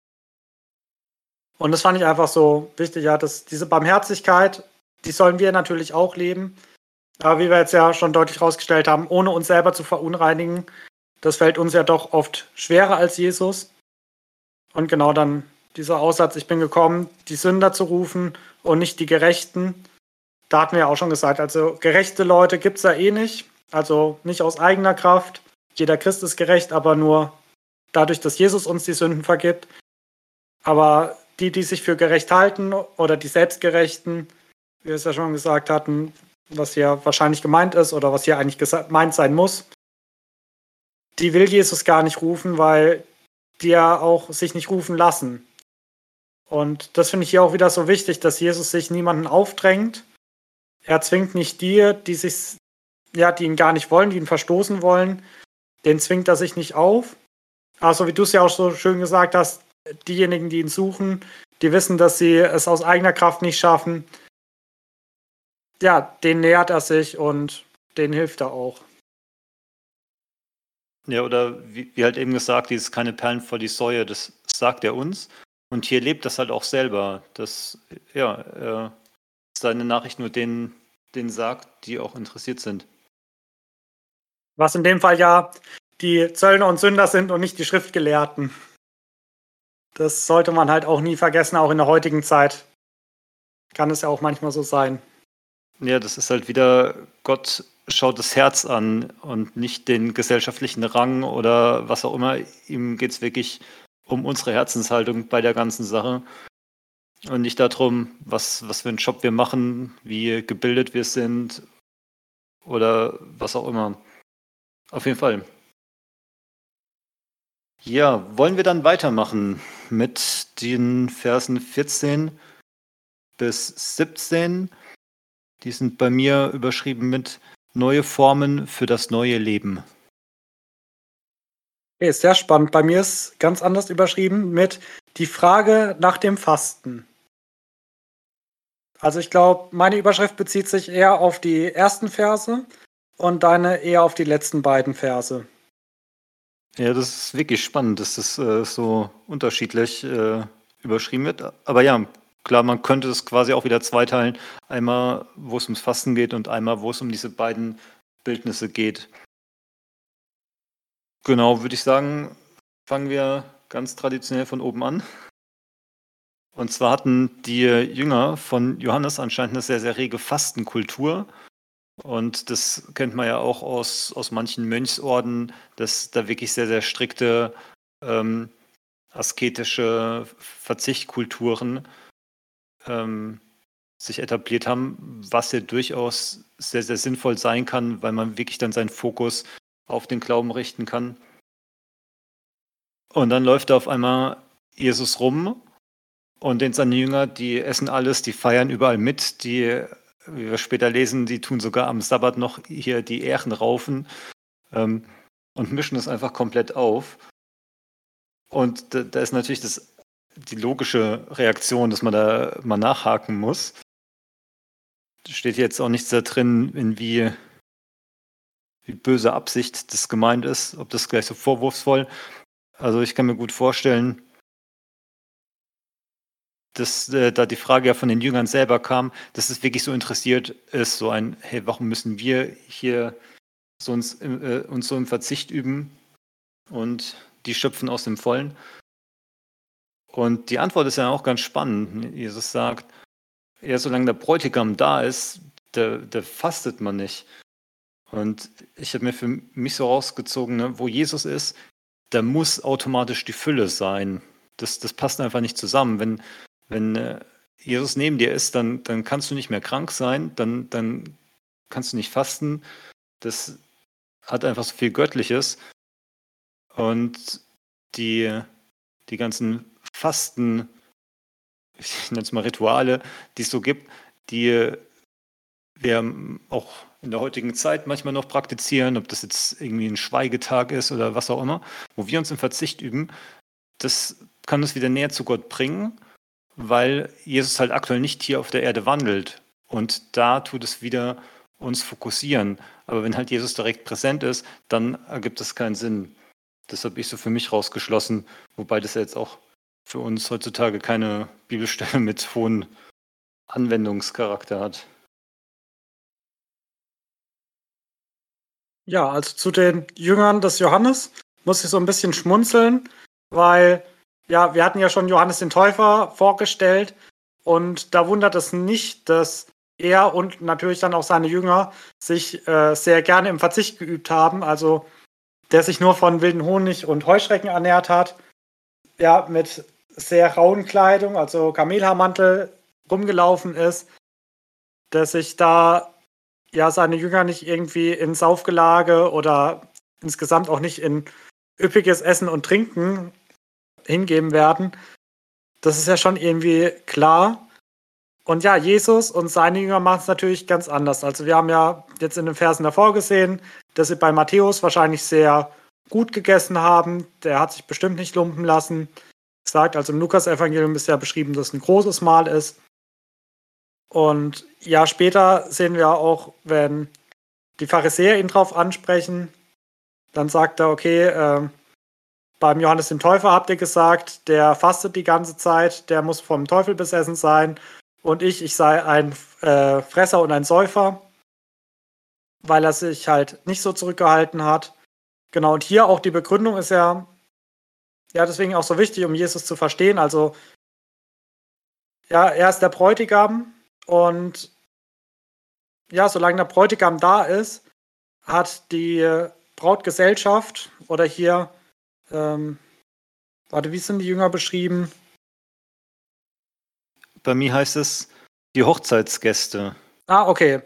Und das fand ich einfach so wichtig, ja, dass diese Barmherzigkeit, die sollen wir natürlich auch leben. Aber wie wir jetzt ja schon deutlich herausgestellt haben, ohne uns selber zu verunreinigen, das fällt uns ja doch oft schwerer als Jesus. Und genau dann dieser Aussatz, ich bin gekommen, die Sünder zu rufen und nicht die Gerechten. Da hatten wir ja auch schon gesagt, also gerechte Leute gibt es ja eh nicht. Also nicht aus eigener Kraft. Jeder Christ ist gerecht, aber nur dadurch, dass Jesus uns die Sünden vergibt. Aber die sich für gerecht halten oder die Selbstgerechten, wie wir es ja schon gesagt hatten, was hier wahrscheinlich gemeint ist oder was hier eigentlich gemeint sein muss, die will Jesus gar nicht rufen, weil die ja auch sich nicht rufen lassen. Und das finde ich hier auch wieder so wichtig, dass Jesus sich niemanden aufdrängt. Er zwingt nicht die ihn gar nicht wollen, die ihn verstoßen wollen, den zwingt er sich nicht auf. Also wie du es ja auch so schön gesagt hast, diejenigen, die ihn suchen, die wissen, dass sie es aus eigener Kraft nicht schaffen. Ja, denen nähert er sich und denen hilft er auch. Ja, oder wie halt eben gesagt, dieses keine Perlen vor die Säue, das sagt er uns. Und hier lebt das halt auch selber, dass ja, seine Nachricht nur denen sagt, die auch interessiert sind. Was in dem Fall ja die Zöllner und Sünder sind und nicht die Schriftgelehrten. Das sollte man halt auch nie vergessen, auch in der heutigen Zeit kann es ja auch manchmal so sein. Ja, das ist halt wieder, Gott schaut das Herz an und nicht den gesellschaftlichen Rang oder was auch immer. Ihm geht es wirklich um unsere Herzenshaltung bei der ganzen Sache und nicht darum, was für einen Job wir machen, wie gebildet wir sind oder was auch immer. Auf jeden Fall. Ja, wollen wir dann weitermachen mit den Versen 14 bis 17? Die sind bei mir überschrieben mit neue Formen für das neue Leben. Okay, ist sehr spannend. Bei mir ist ganz anders überschrieben mit die Frage nach dem Fasten. Also ich glaube, meine Überschrift bezieht sich eher auf die ersten Verse und deine eher auf die letzten beiden Verse. Ja, das ist wirklich spannend, dass das so unterschiedlich überschrieben wird. Aber ja, klar, man könnte es quasi auch wieder zweiteilen. Einmal, wo es ums Fasten geht und einmal, wo es um diese beiden Bildnisse geht. Genau, würde ich sagen, fangen wir ganz traditionell von oben an. Und zwar hatten die Jünger von Johannes anscheinend eine sehr, sehr rege Fastenkultur. Und das kennt man ja auch aus manchen Mönchsorden, dass da wirklich sehr, sehr strikte ähm, asketische Verzichtkulturen sich etabliert haben, was ja durchaus sehr, sehr sinnvoll sein kann, weil man wirklich dann seinen Fokus auf den Glauben richten kann. Und dann läuft da auf einmal Jesus rum und seine Jünger, die essen alles, die feiern überall mit, die, wie wir später lesen, die tun sogar am Sabbat noch hier die Ähren raufen und mischen das einfach komplett auf. Und da ist natürlich die logische Reaktion, dass man da mal nachhaken muss. Steht jetzt auch nichts da drin, in wie böse Absicht das gemeint ist, ob das gleich so vorwurfsvoll. Also ich kann mir gut vorstellen, dass da die Frage ja von den Jüngern selber kam, dass es wirklich so interessiert ist, so ein, hey, warum müssen wir hier uns so im Verzicht üben und die schöpfen aus dem Vollen? Und die Antwort ist ja auch ganz spannend. Jesus sagt, ja, solange der Bräutigam da ist, der fastet man nicht. Und ich habe mir für mich so rausgezogen, ne, wo Jesus ist, da muss automatisch die Fülle sein. Das passt einfach nicht zusammen. Wenn Jesus neben dir ist, dann kannst du nicht mehr krank sein, dann kannst du nicht fasten. Das hat einfach so viel Göttliches. Und die ganzen Fasten, ich nenne es mal Rituale, die es so gibt, die wir auch in der heutigen Zeit manchmal noch praktizieren, ob das jetzt irgendwie ein Schweigetag ist oder was auch immer, wo wir uns im Verzicht üben, das kann uns wieder näher zu Gott bringen, weil Jesus halt aktuell nicht hier auf der Erde wandelt. Und da tut es wieder uns fokussieren. Aber wenn halt Jesus direkt präsent ist, dann ergibt das keinen Sinn. Das habe ich so für mich rausgeschlossen, wobei das ja jetzt auch für uns heutzutage keine Bibelstelle mit hohem Anwendungscharakter hat. Ja, also zu den Jüngern des Johannes muss ich so ein bisschen schmunzeln, weil ja, wir hatten ja schon Johannes den Täufer vorgestellt und da wundert es nicht, dass er und natürlich dann auch seine Jünger sich sehr gerne im Verzicht geübt haben, also der sich nur von wilden Honig und Heuschrecken ernährt hat, ja, mit sehr rauen Kleidung, also Kamelhaarmantel rumgelaufen ist, der sich da ja seine Jünger nicht irgendwie in Saufgelage oder insgesamt auch nicht in üppiges Essen und Trinken hingeben werden. Das ist ja schon irgendwie klar. Und ja, Jesus und seine Jünger machen es natürlich ganz anders. Also wir haben ja jetzt in den Versen davor gesehen, dass sie bei Matthäus wahrscheinlich sehr gut gegessen haben. Der hat sich bestimmt nicht lumpen lassen. Sagt, also im Lukas-Evangelium ist ja beschrieben, dass es ein großes Mahl ist. Und ja, später sehen wir auch, wenn die Pharisäer ihn drauf ansprechen, dann sagt er, okay, beim Johannes dem Täufer habt ihr gesagt, der fastet die ganze Zeit, der muss vom Teufel besessen sein und ich sei ein Fresser und ein Säufer, weil er sich halt nicht so zurückgehalten hat. Genau, und hier auch die Begründung ist ja deswegen auch so wichtig, um Jesus zu verstehen. Also, ja, er ist der Bräutigam und ja, solange der Bräutigam da ist, hat die Brautgesellschaft oder hier, wie sind die Jünger beschrieben? Bei mir heißt es die Hochzeitsgäste. Ah, okay.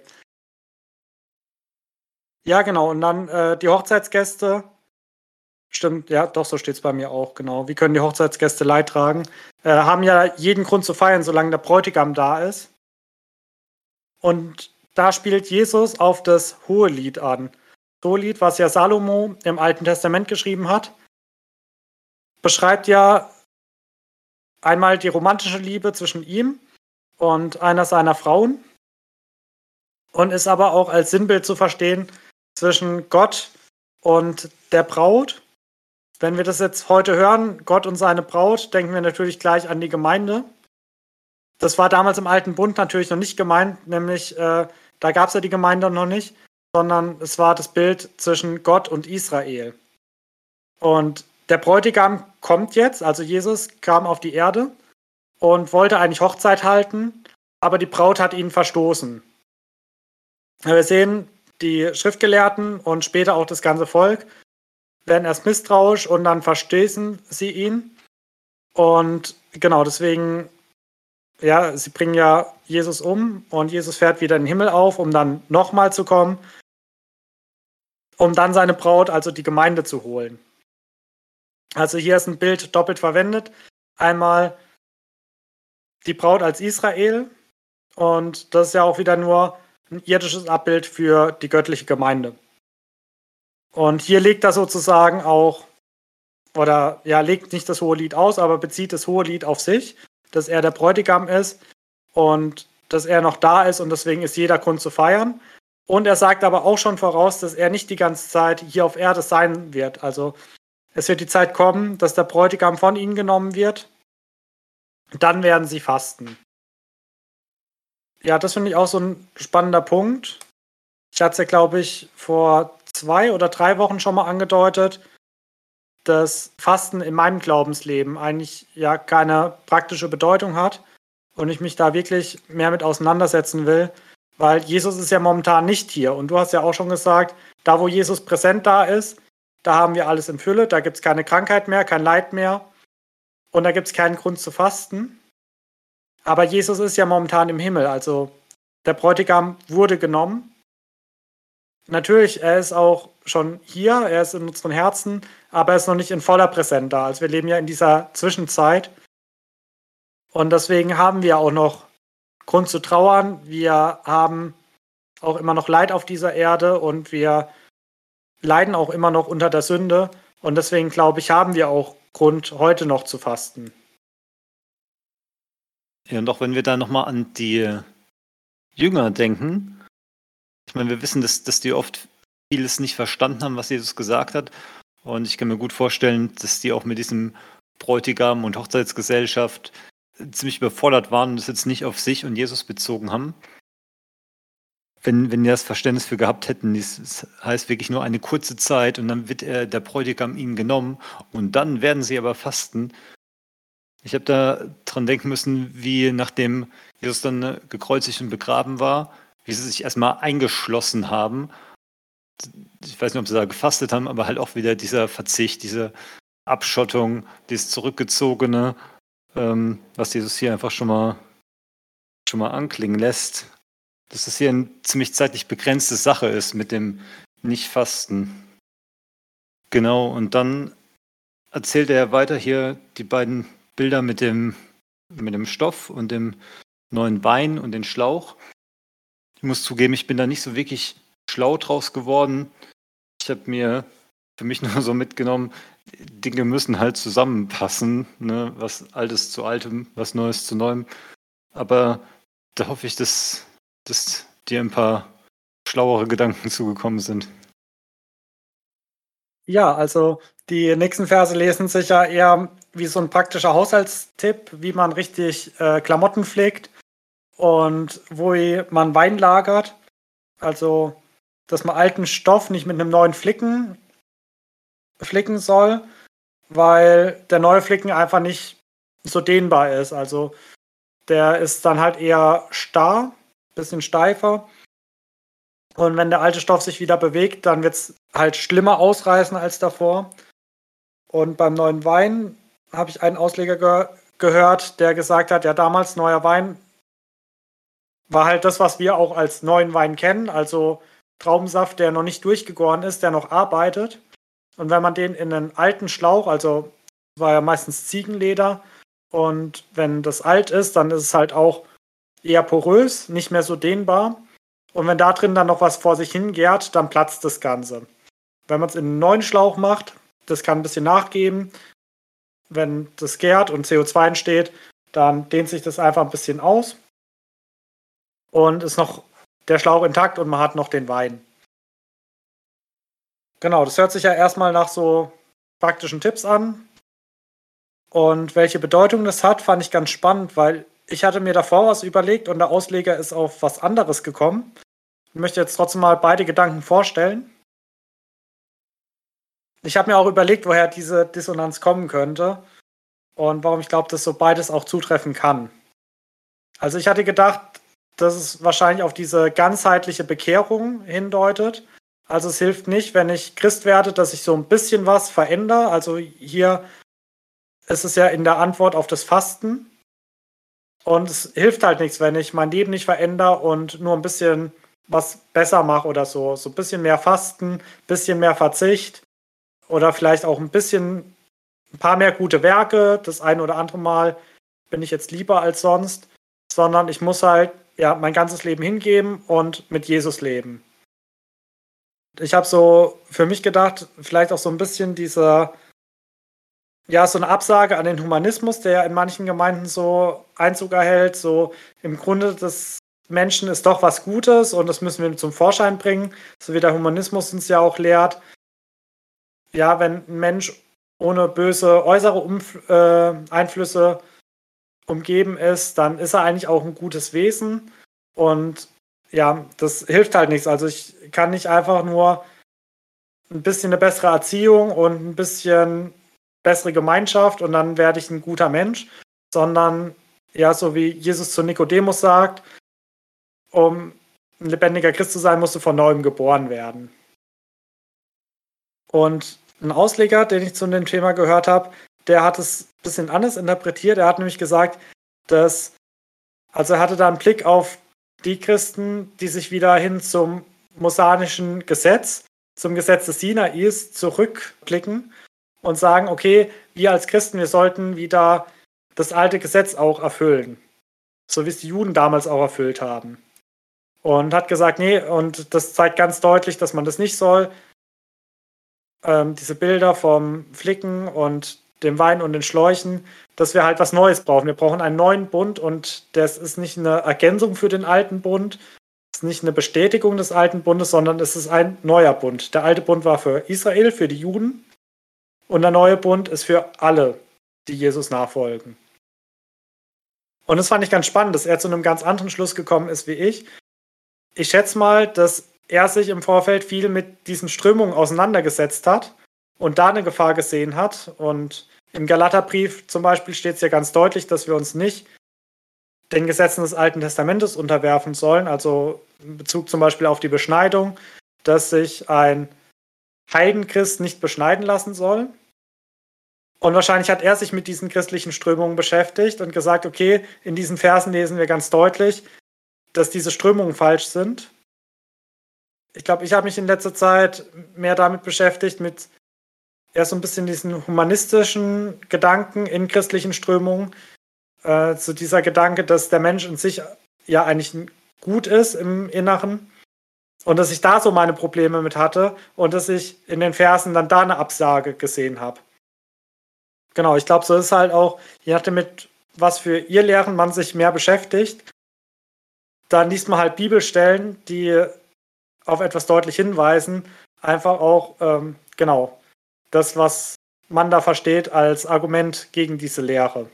Ja, genau. Und dann die Hochzeitsgäste. Stimmt, ja, doch, so steht es bei mir auch, genau. Wie können die Hochzeitsgäste Leid tragen? Haben ja jeden Grund zu feiern, solange der Bräutigam da ist. Und da spielt Jesus auf das Hohelied an. Das Hohelied, was ja Salomo im Alten Testament geschrieben hat, beschreibt ja einmal die romantische Liebe zwischen ihm und einer seiner Frauen und ist aber auch als Sinnbild zu verstehen zwischen Gott und der Braut. Wenn wir das jetzt heute hören, Gott und seine Braut, denken wir natürlich gleich an die Gemeinde. Das war damals im Alten Bund natürlich noch nicht gemeint, nämlich da gab es ja die Gemeinde noch nicht, sondern es war das Bild zwischen Gott und Israel. Und der Bräutigam kommt jetzt, also Jesus kam auf die Erde und wollte eigentlich Hochzeit halten, aber die Braut hat ihn verstoßen. Wir sehen, die Schriftgelehrten und später auch das ganze Volk werden erst misstrauisch und dann verstoßen sie ihn. Und genau deswegen, ja, sie bringen ja Jesus um und Jesus fährt wieder in den Himmel auf, um dann nochmal zu kommen, um dann seine Braut, also die Gemeinde, zu holen. Also hier ist ein Bild doppelt verwendet. Einmal die Braut als Israel und das ist ja auch wieder nur ein irdisches Abbild für die göttliche Gemeinde. Und hier legt er sozusagen auch, oder ja, legt nicht das hohe Lied aus, aber bezieht das hohe Lied auf sich, dass er der Bräutigam ist und dass er noch da ist und deswegen ist jeder Grund zu feiern. Und er sagt aber auch schon voraus, dass er nicht die ganze Zeit hier auf Erde sein wird. Also es wird die Zeit kommen, dass der Bräutigam von ihnen genommen wird. Dann werden sie fasten. Ja, das finde ich auch so ein spannender Punkt. Ich hatte es ja, glaube ich, vor 2 oder 3 Wochen schon mal angedeutet, dass Fasten in meinem Glaubensleben eigentlich ja keine praktische Bedeutung hat und ich mich da wirklich mehr mit auseinandersetzen will, weil Jesus ist ja momentan nicht hier. Und du hast ja auch schon gesagt, da wo Jesus präsent da ist, da haben wir alles in Fülle, da gibt es keine Krankheit mehr, kein Leid mehr und da gibt es keinen Grund zu fasten. Aber Jesus ist ja momentan im Himmel, also der Bräutigam wurde genommen. Natürlich, er ist auch schon hier, er ist in unseren Herzen, aber er ist noch nicht in voller Präsenz da. Also wir leben ja in dieser Zwischenzeit und deswegen haben wir auch noch Grund zu trauern. Wir haben auch immer noch Leid auf dieser Erde und wir leiden auch immer noch unter der Sünde und deswegen glaube ich, haben wir auch Grund, heute noch zu fasten. Ja, und auch wenn wir da nochmal an die Jünger denken, ich meine, wir wissen, dass die oft vieles nicht verstanden haben, was Jesus gesagt hat. Und ich kann mir gut vorstellen, dass die auch mit diesem Bräutigam und Hochzeitsgesellschaft ziemlich überfordert waren und das jetzt nicht auf sich und Jesus bezogen haben. Wenn die das Verständnis für gehabt hätten, das heißt wirklich nur eine kurze Zeit und dann wird der Bräutigam ihnen genommen und dann werden sie aber fasten. Ich habe da dran denken müssen, wie nachdem Jesus dann gekreuzigt und begraben war, wie sie sich erstmal eingeschlossen haben. Ich weiß nicht, ob sie da gefastet haben, aber halt auch wieder dieser Verzicht, diese Abschottung, dieses Zurückgezogene, was Jesus hier einfach schon mal anklingen lässt, dass das hier eine ziemlich zeitlich begrenzte Sache ist mit dem Nicht-Fasten. Genau, und dann erzählt er weiter hier die beiden Bilder mit dem Stoff und dem neuen Wein und den Schlauch. Ich muss zugeben, ich bin da nicht so wirklich schlau draus geworden. Ich habe mir für mich nur so mitgenommen, Dinge müssen halt zusammenpassen, ne? Was Altes zu Altem, was Neues zu Neuem. Aber da hoffe ich, dass dir ein paar schlauere Gedanken zugekommen sind. Ja, also die nächsten Verse lesen sich ja eher wie so ein praktischer Haushaltstipp, wie man richtig Klamotten pflegt und wo man Wein lagert. Also, dass man alten Stoff nicht mit einem neuen flicken soll, weil der neue Flicken einfach nicht so dehnbar ist. Also, der ist dann halt eher starr, bisschen steifer. Und wenn der alte Stoff sich wieder bewegt, dann wird es halt schlimmer ausreißen als davor. Und beim neuen Wein habe ich einen Ausleger gehört, der gesagt hat, ja, damals neuer Wein war halt das, was wir auch als neuen Wein kennen, also Traubensaft, der noch nicht durchgegoren ist, der noch arbeitet. Und wenn man den in einen alten Schlauch, also war ja meistens Ziegenleder, und wenn das alt ist, dann ist es halt auch eher porös, nicht mehr so dehnbar. Und wenn da drin dann noch was vor sich hingärt, dann platzt das Ganze. Wenn man es in einen neuen Schlauch macht, das kann ein bisschen nachgeben. Wenn das gärt und CO2 entsteht, dann dehnt sich das einfach ein bisschen aus. Und ist noch der Schlauch intakt und man hat noch den Wein. Genau, das hört sich ja erstmal nach so praktischen Tipps an. Und welche Bedeutung das hat, fand ich ganz spannend, weil ich hatte mir davor was überlegt und der Ausleger ist auf was anderes gekommen. Ich möchte jetzt trotzdem mal beide Gedanken vorstellen. Ich habe mir auch überlegt, woher diese Dissonanz kommen könnte. und warum ich glaube, dass so beides auch zutreffen kann. Also ich hatte gedacht, dass es wahrscheinlich auf diese ganzheitliche Bekehrung hindeutet. Also es hilft nicht, wenn ich Christ werde, dass ich so ein bisschen was verändere. Also hier ist es ja in der Antwort auf das Fasten. Und es hilft halt nichts, wenn ich mein Leben nicht verändere und nur ein bisschen was besser mache oder so. So ein bisschen mehr Fasten, ein bisschen mehr Verzicht oder vielleicht auch ein paar mehr gute Werke. Das ein oder andere Mal bin ich jetzt lieber als sonst, sondern ich muss halt ja mein ganzes Leben hingeben und mit Jesus leben. Ich habe so für mich gedacht, vielleicht auch so ein bisschen so eine Absage an den Humanismus, der ja in manchen Gemeinden so Einzug erhält, so im Grunde des Menschen ist doch was Gutes und das müssen wir zum Vorschein bringen, so wie der Humanismus uns ja auch lehrt. Ja, wenn ein Mensch ohne böse äußere Einflüsse umgeben ist, dann ist er eigentlich auch ein gutes Wesen und ja, das hilft halt nichts. Also ich kann nicht einfach nur ein bisschen eine bessere Erziehung und ein bisschen bessere Gemeinschaft und dann werde ich ein guter Mensch, sondern ja, so wie Jesus zu Nikodemus sagt, um ein lebendiger Christ zu sein, musst du von neuem geboren werden. Und ein Ausleger, den ich zu dem Thema gehört habe, der hat es ein bisschen anders interpretiert. Er hat nämlich gesagt, also er hatte da einen Blick auf die Christen, die sich wieder hin zum mosaischen Gesetz, zum Gesetz des Sinais zurückblicken und sagen, okay, wir als Christen, wir sollten wieder das alte Gesetz auch erfüllen. So wie es die Juden damals auch erfüllt haben. Und hat gesagt, nee, und das zeigt ganz deutlich, dass man das nicht soll. Diese Bilder vom Flicken und dem Wein und den Schläuchen, dass wir halt was Neues brauchen. Wir brauchen einen neuen Bund und das ist nicht eine Ergänzung für den alten Bund, es ist nicht eine Bestätigung des alten Bundes, sondern es ist ein neuer Bund. Der alte Bund war für Israel, für die Juden und der neue Bund ist für alle, die Jesus nachfolgen. Und das fand ich ganz spannend, dass er zu einem ganz anderen Schluss gekommen ist wie ich. Ich schätze mal, dass er sich im Vorfeld viel mit diesen Strömungen auseinandergesetzt hat und da eine Gefahr gesehen hat. Und im Galaterbrief zum Beispiel steht es ja ganz deutlich, dass wir uns nicht den Gesetzen des Alten Testamentes unterwerfen sollen, also in Bezug zum Beispiel auf die Beschneidung, dass sich ein Heidenchrist nicht beschneiden lassen soll. Und wahrscheinlich hat er sich mit diesen christlichen Strömungen beschäftigt und gesagt, okay, in diesen Versen lesen wir ganz deutlich, dass diese Strömungen falsch sind. Ich glaube, ich habe mich in letzter Zeit mehr damit beschäftigt, mit eher so ein bisschen diesen humanistischen Gedanken in christlichen Strömungen. So dieser Gedanke, dass der Mensch in sich ja eigentlich gut ist im Inneren und dass ich da so meine Probleme mit hatte und dass ich in den Versen dann da eine Absage gesehen habe. Genau, ich glaube, so ist halt auch, je nachdem mit was für ihr Lehren man sich mehr beschäftigt, dann liest man halt Bibelstellen, die auf etwas deutlich hinweisen, einfach auch, genau, das, was man da versteht als Argument gegen diese Lehre.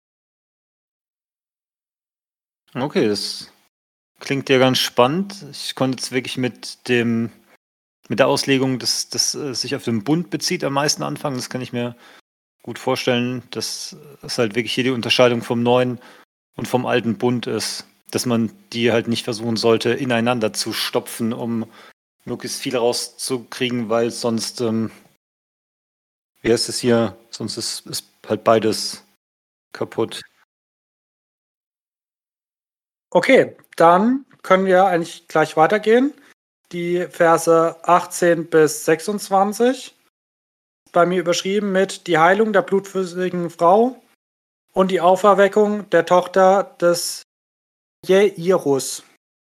Okay, das klingt ja ganz spannend. Ich konnte jetzt wirklich mit der Auslegung, dass das sich auf den Bund bezieht, am meisten anfangen. Das kann ich mir gut vorstellen, dass es halt wirklich hier die Unterscheidung vom neuen und vom alten Bund ist. Dass man die halt nicht versuchen sollte, ineinander zu stopfen, um möglichst viel rauszukriegen, weil sonst, wie heißt es hier, sonst ist halt beides kaputt. Okay, dann können wir eigentlich gleich weitergehen. Die Verse 18 bis 26. Bei mir überschrieben mit die Heilung der blutflüssigen Frau und die Auferweckung der Tochter des Jairus.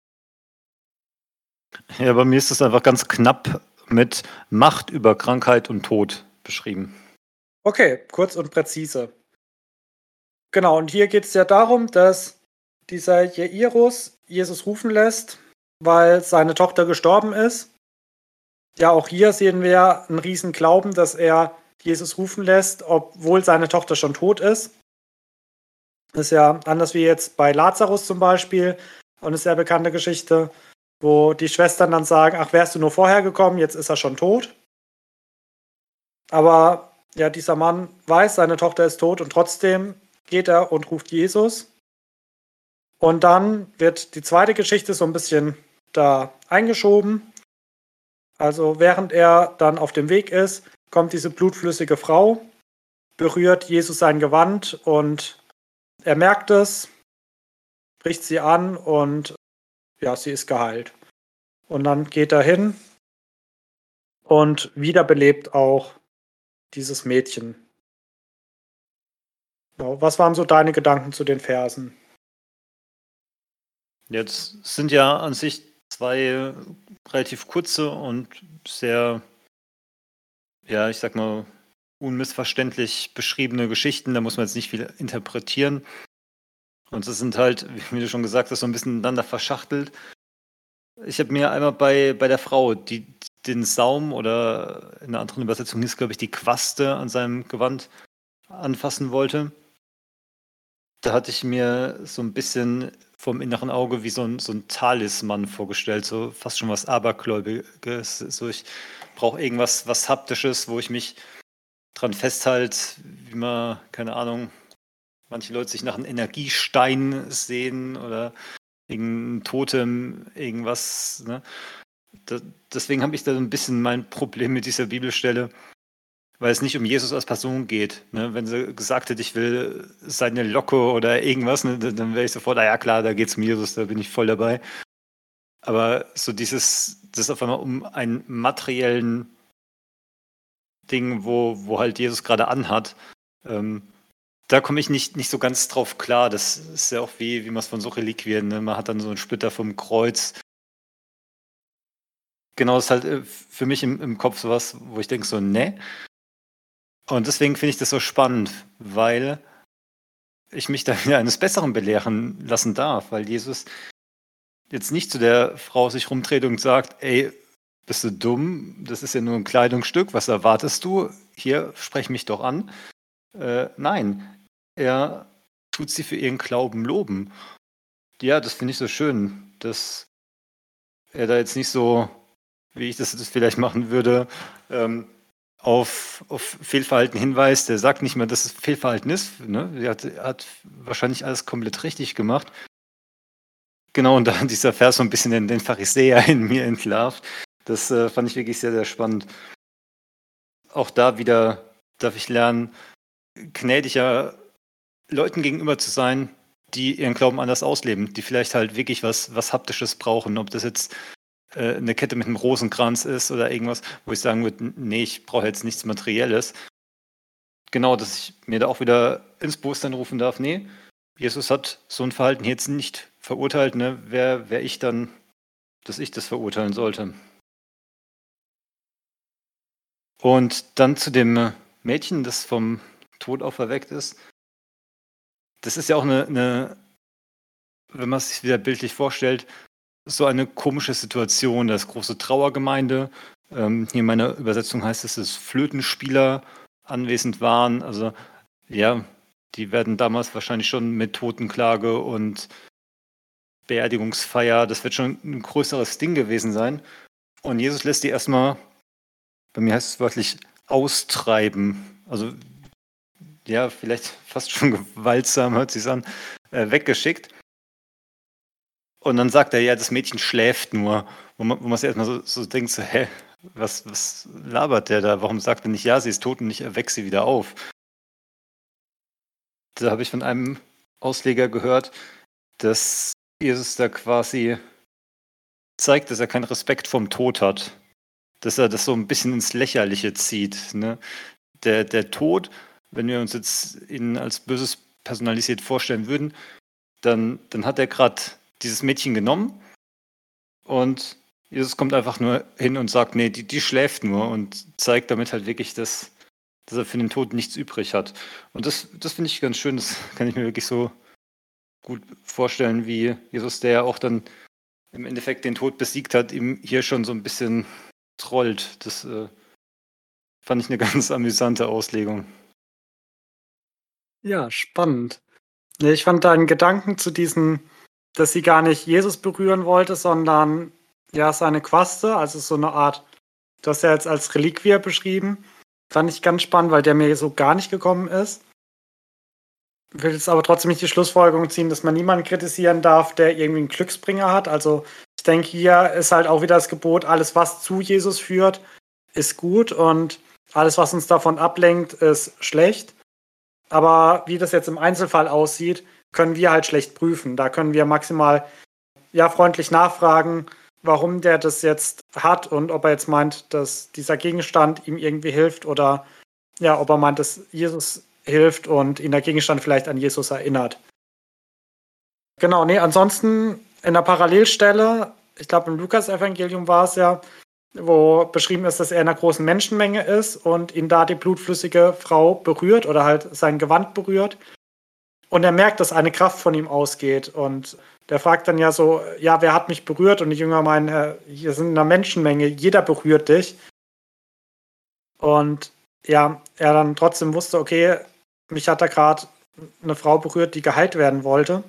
Ja, bei mir ist es einfach ganz knapp mit Macht über Krankheit und Tod beschrieben. Okay, kurz und präzise. Genau, und hier geht es ja darum, dass dieser Jairus Jesus rufen lässt, weil seine Tochter gestorben ist. Ja, auch hier sehen wir einen riesen Glauben, dass er Jesus rufen lässt, obwohl seine Tochter schon tot ist. Das ist ja anders wie jetzt bei Lazarus zum Beispiel und eine sehr bekannte Geschichte, wo die Schwestern dann sagen, ach, wärst du nur vorher gekommen, jetzt ist er schon tot. Aber ja, dieser Mann weiß, seine Tochter ist tot und trotzdem geht er und ruft Jesus. Und dann wird die zweite Geschichte so ein bisschen da eingeschoben. Also während er dann auf dem Weg ist, kommt diese blutflüssige Frau, berührt Jesus sein Gewand und er merkt es, bricht sie an und ja, sie ist geheilt. Und dann geht er hin und wiederbelebt auch dieses Mädchen. Ja, was waren so deine Gedanken zu den Versen? Jetzt sind ja an sich zwei relativ kurze und sehr, ja, ich sag mal, unmissverständlich beschriebene Geschichten. Da muss man jetzt nicht viel interpretieren. Und es sind halt, wie du schon gesagt hast, so ein bisschen ineinander verschachtelt. Ich habe mir einmal bei der Frau, die den Saum oder in einer anderen Übersetzung hieß, glaube ich, die Quaste an seinem Gewand anfassen wollte. Da hatte ich mir so ein bisschen vom inneren Auge wie so ein Talisman vorgestellt, so fast schon was Abergläubiges. So, ich brauche irgendwas, was Haptisches, wo ich mich dran festhalte, wie man, keine Ahnung, manche Leute sich nach einem Energiestein sehen oder irgendein Totem, irgendwas. Ne? Deswegen habe ich da so ein bisschen mein Problem mit dieser Bibelstelle, weil es nicht um Jesus als Person geht. Ne? Wenn sie gesagt hätte, ich will seine Locke oder irgendwas, ne, dann wäre ich sofort, ja klar, da geht es um Jesus, da bin ich voll dabei. Aber so das auf einmal um einen materiellen Ding, wo halt Jesus gerade anhat, da komme ich nicht so ganz drauf klar. Das ist ja auch wie man es von so Reliquien, ne? Man hat dann so einen Splitter vom Kreuz. Genau, das ist halt für mich im Kopf sowas, wo ich denke so, ne? Und deswegen finde ich das so spannend, weil ich mich da wieder eines Besseren belehren lassen darf, weil Jesus jetzt nicht zu der Frau sich rumdreht und sagt, ey, bist du dumm? Das ist ja nur ein Kleidungsstück, was erwartest du? Hier, sprech mich doch an. Nein, er tut sie für ihren Glauben loben. Ja, das finde ich so schön, dass er da jetzt nicht so, wie ich das vielleicht machen würde, auf Fehlverhalten hinweist. Der sagt nicht mehr, dass es Fehlverhalten ist. Ne? Er hat wahrscheinlich alles komplett richtig gemacht. Genau, und da dieser Vers so ein bisschen den Pharisäer in mir entlarvt. Das fand ich wirklich sehr, sehr spannend. Auch da wieder darf ich lernen, gnädiger Leuten gegenüber zu sein, die ihren Glauben anders ausleben, die vielleicht halt wirklich was Haptisches brauchen. Ob das jetzt eine Kette mit einem Rosenkranz ist oder irgendwas, wo ich sagen würde, nee, ich brauche jetzt nichts Materielles. Genau, dass ich mir da auch wieder ins Bewusstsein rufen darf, nee, Jesus hat so ein Verhalten jetzt nicht verurteilt, ne? Wer ich dann, dass ich das verurteilen sollte. Und dann zu dem Mädchen, das vom Tod auferweckt ist. Das ist ja auch eine, wenn man es sich wieder bildlich vorstellt, so eine komische Situation. Das große Trauergemeinde. Hier in meiner Übersetzung heißt es, dass Flötenspieler anwesend waren. Also ja, die werden damals wahrscheinlich schon mit Totenklage und Beerdigungsfeier, das wird schon ein größeres Ding gewesen sein. Und Jesus lässt die erstmal, bei mir heißt es wörtlich, austreiben. Also ja, vielleicht fast schon gewaltsam, hört sich an, weggeschickt. Und dann sagt er, ja, das Mädchen schläft nur. Wo man sich erstmal so denkt, so, hä, was labert der da? Warum sagt er nicht, ja, sie ist tot und ich erwecke sie wieder auf? Da habe ich von einem Ausleger gehört, dass Jesus da quasi zeigt, dass er keinen Respekt vom Tod hat. Dass er das so ein bisschen ins Lächerliche zieht. Ne? Der Tod, wenn wir uns jetzt ihn als Böses personalisiert vorstellen würden, dann hat er gerade dieses Mädchen genommen und Jesus kommt einfach nur hin und sagt, nee, die schläft nur und zeigt damit halt wirklich, dass er für den Tod nichts übrig hat. Und das finde ich ganz schön, das kann ich mir wirklich so gut vorstellen, wie Jesus, der ja auch dann im Endeffekt den Tod besiegt hat, ihm hier schon so ein bisschen trollt. Das fand ich eine ganz amüsante Auslegung. Ja, spannend. Ich fand deinen Gedanken zu diesen, dass sie gar nicht Jesus berühren wollte, sondern ja seine Quaste, also so eine Art, du hast ja jetzt als Reliquie beschrieben, Fand ich ganz spannend, weil der mir so gar nicht gekommen ist. Will jetzt aber trotzdem nicht die Schlussfolgerung ziehen, dass man niemanden kritisieren darf, der irgendwie einen Glücksbringer hat. Also ich denke, hier ist halt auch wieder das Gebot, alles, was zu Jesus führt, ist gut und alles, was uns davon ablenkt, ist schlecht. Aber wie das jetzt im Einzelfall aussieht, können wir halt schlecht prüfen. Da können wir maximal freundlich nachfragen, warum der das jetzt hat und ob er jetzt meint, dass dieser Gegenstand ihm irgendwie hilft oder ob er meint, dass Jesus hilft und ihn der Gegenstand vielleicht an Jesus erinnert. Genau, nee, ansonsten in der Parallelstelle, ich glaube im Lukas-Evangelium war es ja, wo beschrieben ist, dass er in einer großen Menschenmenge ist und ihn da die blutflüssige Frau berührt oder halt sein Gewand berührt. Und er merkt, dass eine Kraft von ihm ausgeht. Und der fragt dann ja so, wer hat mich berührt? Und die Jünger meinen, hier sind in einer Menschenmenge, jeder berührt dich. Und er dann trotzdem wusste, okay, mich hat da gerade eine Frau berührt, die geheilt werden wollte.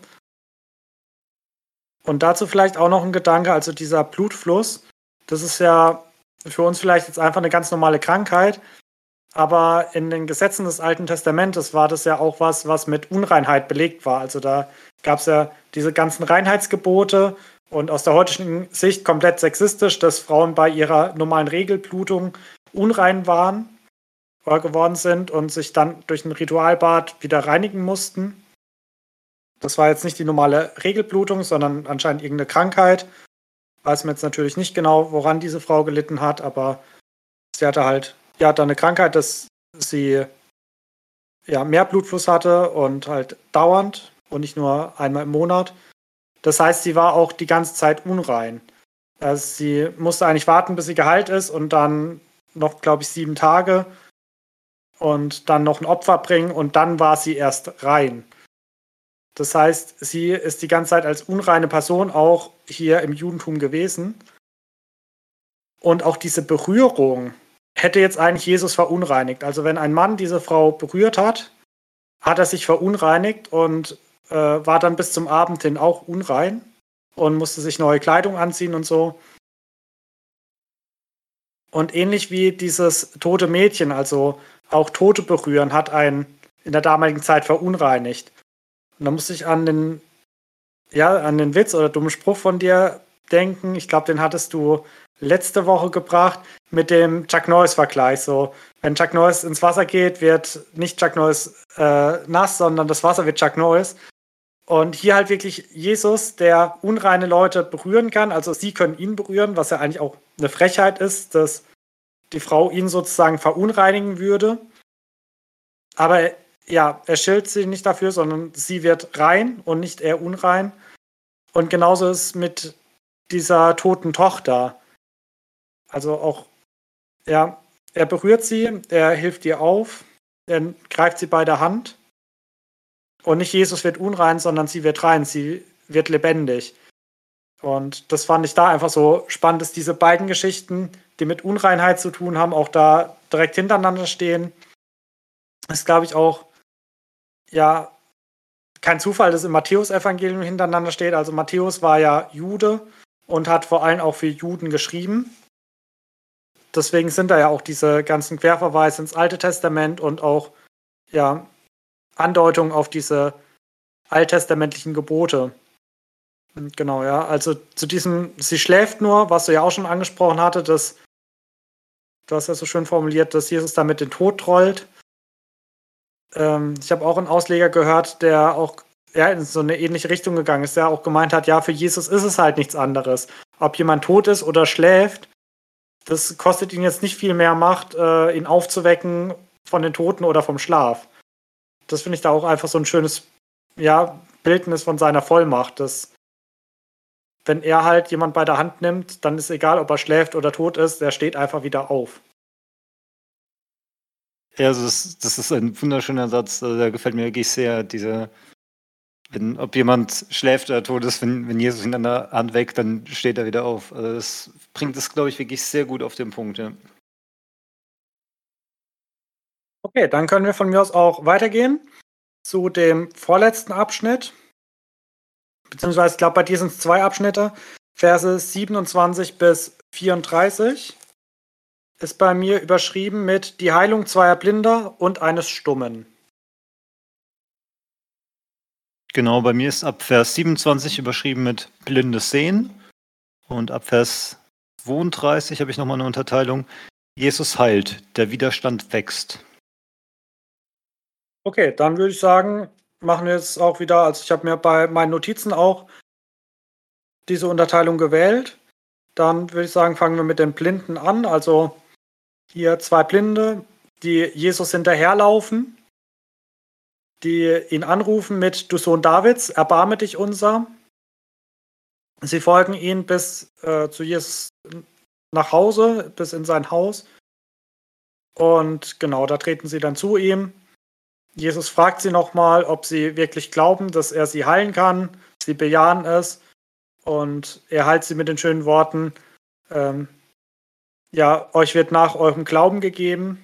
Und dazu vielleicht auch noch ein Gedanke, also dieser Blutfluss, das ist ja für uns vielleicht jetzt einfach eine ganz normale Krankheit, aber in den Gesetzen des Alten Testamentes war das ja auch was mit Unreinheit belegt war. Also da gab es ja diese ganzen Reinheitsgebote und aus der heutigen Sicht komplett sexistisch, dass Frauen bei ihrer normalen Regelblutung unrein waren oder geworden sind und sich dann durch ein Ritualbad wieder reinigen mussten. Das war jetzt nicht die normale Regelblutung, sondern anscheinend irgendeine Krankheit. Weiß man jetzt natürlich nicht genau, woran diese Frau gelitten hat, aber sie hatte halt dann eine Krankheit, dass sie mehr Blutfluss hatte und halt dauernd und nicht nur einmal im Monat. Das heißt, sie war auch die ganze Zeit unrein. Also sie musste eigentlich warten, bis sie geheilt ist und dann noch, glaube ich, 7 Tage und dann noch ein Opfer bringen und dann war sie erst rein. Das heißt, sie ist die ganze Zeit als unreine Person auch hier im Judentum gewesen. Und auch diese Berührung hätte jetzt eigentlich Jesus verunreinigt. Also wenn ein Mann diese Frau berührt hat, hat er sich verunreinigt und war dann bis zum Abend hin auch unrein und musste sich neue Kleidung anziehen und so. Und ähnlich wie dieses tote Mädchen, also auch Tote berühren, hat einen in der damaligen Zeit verunreinigt. Und da musste ich an den Witz oder dummen Spruch von dir denken. Ich glaube, den hattest du letzte Woche gebracht mit dem Chuck Norris-Vergleich. So, wenn Chuck Norris ins Wasser geht, wird nicht Chuck Norris nass, sondern das Wasser wird Chuck Norris. Und hier halt wirklich Jesus, der unreine Leute berühren kann. Also sie können ihn berühren, was ja eigentlich auch eine Frechheit ist, dass die Frau ihn sozusagen verunreinigen würde. Aber er schildt sie nicht dafür, sondern sie wird rein und nicht er unrein. Und genauso ist es mit dieser toten Tochter. Also auch, er berührt sie, er hilft ihr auf, er greift sie bei der Hand. Und nicht Jesus wird unrein, sondern sie wird rein, sie wird lebendig. Und das fand ich da einfach so spannend, dass diese beiden Geschichten, die mit Unreinheit zu tun haben, auch da direkt hintereinander stehen. Das ist, glaube ich, auch kein Zufall, dass im Matthäus-Evangelium hintereinander steht. Also Matthäus war ja Jude und hat vor allem auch für Juden geschrieben. Deswegen sind da ja auch diese ganzen Querverweise ins Alte Testament und auch Andeutungen auf diese alttestamentlichen Gebote. Genau, also zu diesem, sie schläft nur, was du ja auch schon angesprochen hatte, du hast ja so schön formuliert, dass Jesus damit den Tod trollt. Ich habe auch einen Ausleger gehört, der auch in so eine ähnliche Richtung gegangen ist, der auch gemeint hat, für Jesus ist es halt nichts anderes. Ob jemand tot ist oder schläft, das kostet ihn jetzt nicht viel mehr Macht, ihn aufzuwecken von den Toten oder vom Schlaf. Das finde ich da auch einfach so ein schönes Bildnis von seiner Vollmacht, dass wenn er halt jemand bei der Hand nimmt, dann ist egal, ob er schläft oder tot ist, der steht einfach wieder auf. Ja, das ist ein wunderschöner Satz, der gefällt mir wirklich sehr, ob jemand schläft oder tot ist, wenn Jesus ihn an der Hand weckt, dann steht er wieder auf. Also das bringt es, glaube ich, wirklich sehr gut auf den Punkt, ja. Okay, dann können wir von mir aus auch weitergehen zu dem vorletzten Abschnitt. Beziehungsweise, ich glaube, bei dir sind es 2 Abschnitte, Verse 27 bis 34. ist bei mir überschrieben mit die Heilung zweier Blinder und eines Stummen. Genau, bei mir ist ab Vers 27 überschrieben mit blindes Sehen und ab Vers 32 habe ich nochmal eine Unterteilung. Jesus heilt, der Widerstand wächst. Okay, dann würde ich sagen, machen wir jetzt auch wieder, also ich habe mir bei meinen Notizen auch diese Unterteilung gewählt. Dann würde ich sagen, fangen wir mit den Blinden an. Also hier 2 Blinde, die Jesus hinterherlaufen, die ihn anrufen mit Du Sohn Davids, erbarme dich unser. Sie folgen ihm bis zu Jesus nach Hause, bis in sein Haus. Und genau, da treten sie dann zu ihm. Jesus fragt sie nochmal, ob sie wirklich glauben, dass er sie heilen kann. Sie bejahen es. Und er heilt sie mit den schönen Worten, ja, euch wird nach eurem Glauben gegeben.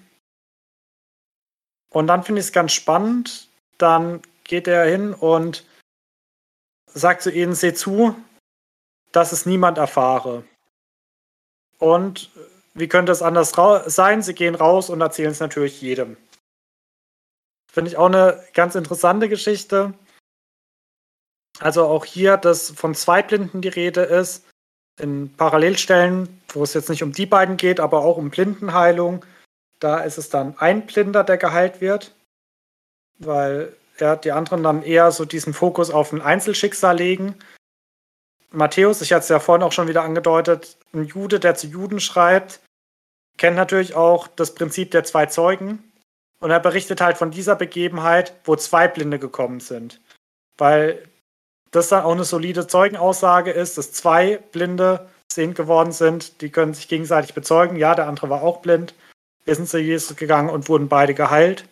Und dann finde ich es ganz spannend. Dann geht er hin und sagt zu ihnen, seht zu, dass es niemand erfahre. Und wie könnte es anders sein? Sie gehen raus und erzählen es natürlich jedem. Finde ich auch eine ganz interessante Geschichte. Also auch hier, dass von 2 Blinden die Rede ist, in Parallelstellen, wo es jetzt nicht um die beiden geht, aber auch um Blindenheilung. Da ist es dann ein Blinder, der geheilt wird, weil die anderen dann eher so diesen Fokus auf ein Einzelschicksal legen. Matthäus, ich hatte es ja vorhin auch schon wieder angedeutet, ein Jude, der zu Juden schreibt, kennt natürlich auch das Prinzip der 2 Zeugen. Und er berichtet halt von dieser Begebenheit, wo 2 Blinde gekommen sind. Weil das dann auch eine solide Zeugenaussage ist, dass 2 Blinde sehend geworden sind. Die können sich gegenseitig bezeugen. Ja, der andere war auch blind. Wir sind zu Jesus gegangen und wurden beide geheilt.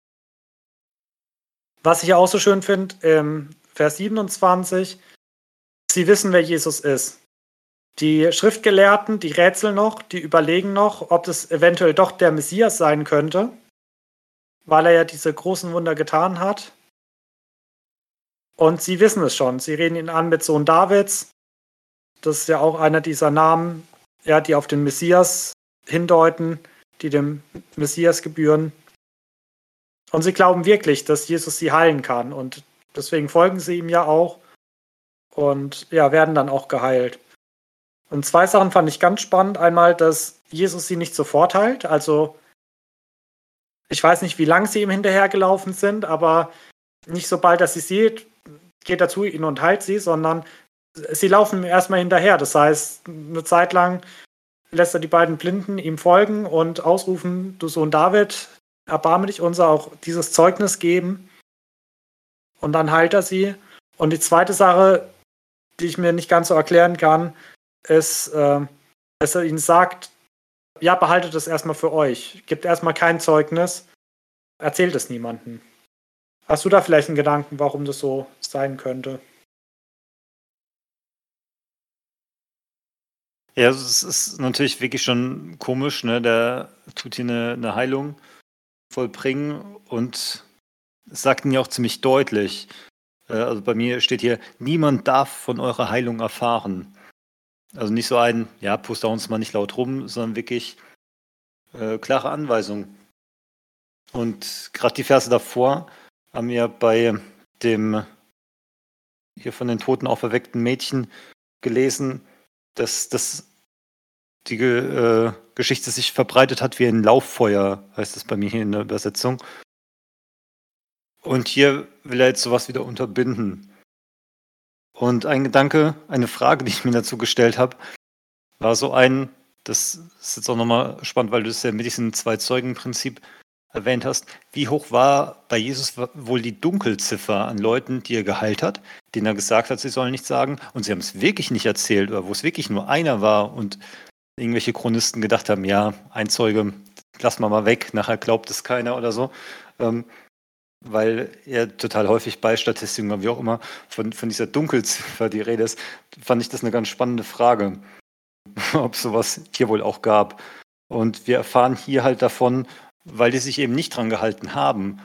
Was ich auch so schön finde, Vers 27, sie wissen, wer Jesus ist. Die Schriftgelehrten, die rätseln noch, die überlegen noch, ob das eventuell doch der Messias sein könnte, weil er ja diese großen Wunder getan hat. Und sie wissen es schon. Sie reden ihn an mit Sohn Davids. Das ist ja auch einer dieser Namen, ja, die auf den Messias hindeuten, die dem Messias gebühren. Und sie glauben wirklich, dass Jesus sie heilen kann. Und deswegen folgen sie ihm ja auch und ja, werden dann auch geheilt. Und 2 Sachen fand ich ganz spannend. Einmal, dass Jesus sie nicht sofort heilt. Also ich weiß nicht, wie lange sie ihm hinterhergelaufen sind, aber nicht sobald er sie sieht, geht er zu ihnen und heilt sie, sondern sie laufen ihm erstmal hinterher. Das heißt, eine Zeit lang lässt er die beiden Blinden ihm folgen und ausrufen, du Sohn David, erbarme dich unser, auch dieses Zeugnis geben. Und dann heilt er sie. Und die zweite Sache, die ich mir nicht ganz so erklären kann, ist, dass er ihnen sagt, ja, behaltet es erstmal für euch. Gebt erstmal kein Zeugnis. Erzählt es niemandem. Hast du da vielleicht einen Gedanken, warum das so sein könnte? Ja, also es ist natürlich wirklich schon komisch, ne? Der tut hier eine Heilung vollbringen und es sagt ihn ja auch ziemlich deutlich. Also bei mir steht hier, niemand darf von eurer Heilung erfahren. Also nicht so ein, ja, puster uns mal nicht laut rum, sondern wirklich klare Anweisung. Und gerade die Verse davor haben wir bei dem hier von den Toten auferweckten Mädchen gelesen, dass die Geschichte sich verbreitet hat wie ein Lauffeuer, heißt es bei mir hier in der Übersetzung. Und hier will er jetzt sowas wieder unterbinden. Und ein Gedanke, eine Frage, die ich mir dazu gestellt habe, war so das ist jetzt auch nochmal spannend, weil du es ja mit diesem 2-Zeugen-Prinzip erwähnt hast. Wie hoch war bei Jesus wohl die Dunkelziffer an Leuten, die er geheilt hat, denen er gesagt hat, sie sollen nichts sagen und sie haben es wirklich nicht erzählt oder wo es wirklich nur einer war und irgendwelche Chronisten gedacht haben, ja, ein Zeuge, lass mal weg, nachher glaubt es keiner oder so. Weil ja total häufig bei Statistiken, wie auch immer, von dieser Dunkelziffer die Rede ist, fand ich das eine ganz spannende Frage, ob es sowas hier wohl auch gab. Und wir erfahren hier halt davon, weil die sich eben nicht dran gehalten haben.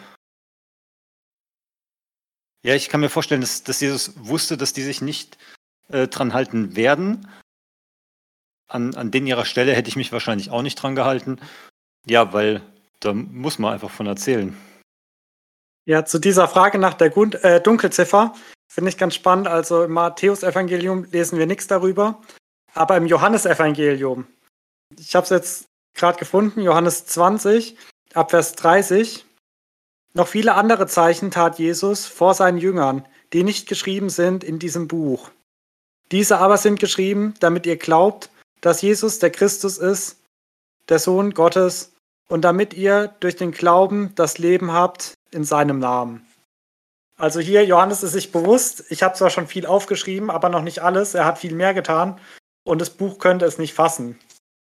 Ja, ich kann mir vorstellen, dass Jesus wusste, dass die sich nicht dran halten werden. an den ihrer Stelle hätte ich mich wahrscheinlich auch nicht dran gehalten. Ja, weil da muss man einfach von erzählen. Ja, zu dieser Frage nach der Dunkelziffer finde ich ganz spannend. Also im Matthäus-Evangelium lesen wir nichts darüber, aber im Johannesevangelium, ich habe es jetzt gerade gefunden, Johannes 20, ab Vers 30. Noch viele andere Zeichen tat Jesus vor seinen Jüngern, die nicht geschrieben sind in diesem Buch. Diese aber sind geschrieben, damit ihr glaubt, dass Jesus der Christus ist, der Sohn Gottes, und damit ihr durch den Glauben das Leben habt in seinem Namen. Also hier, Johannes ist sich bewusst, ich habe zwar schon viel aufgeschrieben, aber noch nicht alles. Er hat viel mehr getan und das Buch könnte es nicht fassen.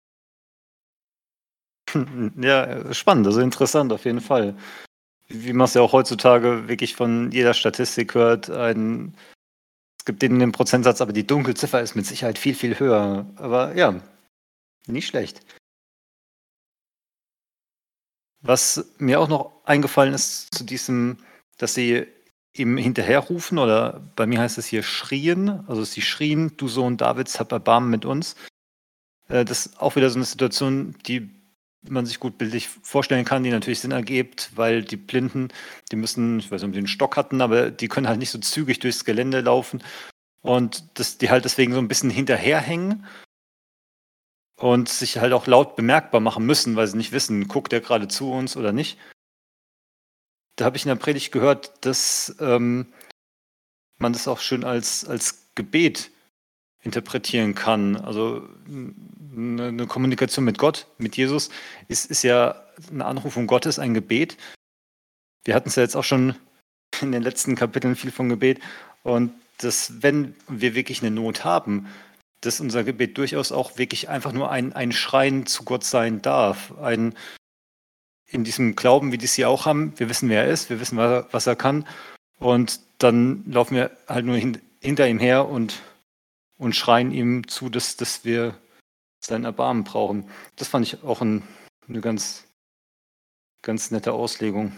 Ja, spannend, also interessant auf jeden Fall. Wie man es ja auch heutzutage wirklich von jeder Statistik hört, es gibt den Prozentsatz, aber die Dunkelziffer ist mit Sicherheit viel, viel höher. Aber ja, nicht schlecht. Was mir auch noch eingefallen ist zu diesem, dass sie ihm hinterherrufen, oder bei mir heißt es hier schrien, also sie schrien, du Sohn Davids, hab Erbarmen mit uns. Das ist auch wieder so eine Situation, die man sich gut bildlich vorstellen kann, die natürlich Sinn ergibt, weil die Blinden, die müssen, ich weiß nicht, ob die einen Stock hatten, aber die können halt nicht so zügig durchs Gelände laufen und die halt deswegen so ein bisschen hinterherhängen und sich halt auch laut bemerkbar machen müssen, weil sie nicht wissen, guckt der gerade zu uns oder nicht. Da habe ich in der Predigt gehört, dass man das auch schön als Gebet interpretieren kann. Also eine Kommunikation mit Gott, mit Jesus, ist ja eine Anrufung Gottes, ein Gebet. Wir hatten es ja jetzt auch schon in den letzten Kapiteln viel von Gebet. Und dass, wenn wir wirklich eine Not haben, dass unser Gebet durchaus auch wirklich einfach nur ein Schreien zu Gott sein darf. In diesem Glauben, wie die es hier auch haben, wir wissen, wer er ist, wir wissen, was er kann. Und dann laufen wir halt nur hinter ihm her und schreien ihm zu, dass wir sein Erbarmen brauchen. Das fand ich auch eine ganz, ganz nette Auslegung.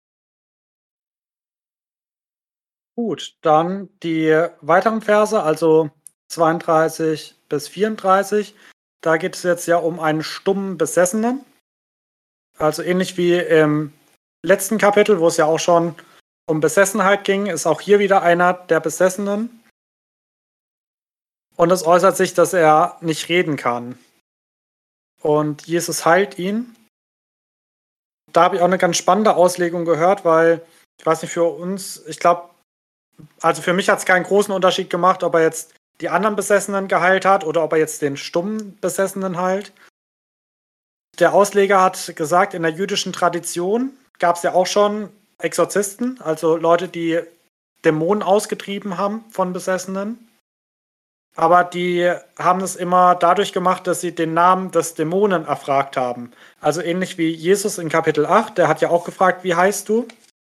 Gut, dann die weiteren Verse, also 32 bis 34. Da geht es jetzt ja um einen stummen Besessenen. Also ähnlich wie im letzten Kapitel, wo es ja auch schon um Besessenheit ging, ist auch hier wieder einer der Besessenen. Und es äußert sich, dass er nicht reden kann. Und Jesus heilt ihn. Da habe ich auch eine ganz spannende Auslegung gehört, weil, ich weiß nicht, für uns, ich glaube, also für mich hat es keinen großen Unterschied gemacht, ob er jetzt die anderen Besessenen geheilt hat oder ob er jetzt den stummen Besessenen heilt. Der Ausleger hat gesagt, in der jüdischen Tradition gab es ja auch schon Exorzisten, also Leute, die Dämonen ausgetrieben haben von Besessenen. Aber die haben es immer dadurch gemacht, dass sie den Namen des Dämonen erfragt haben. Also ähnlich wie Jesus in Kapitel 8, der hat ja auch gefragt, wie heißt du?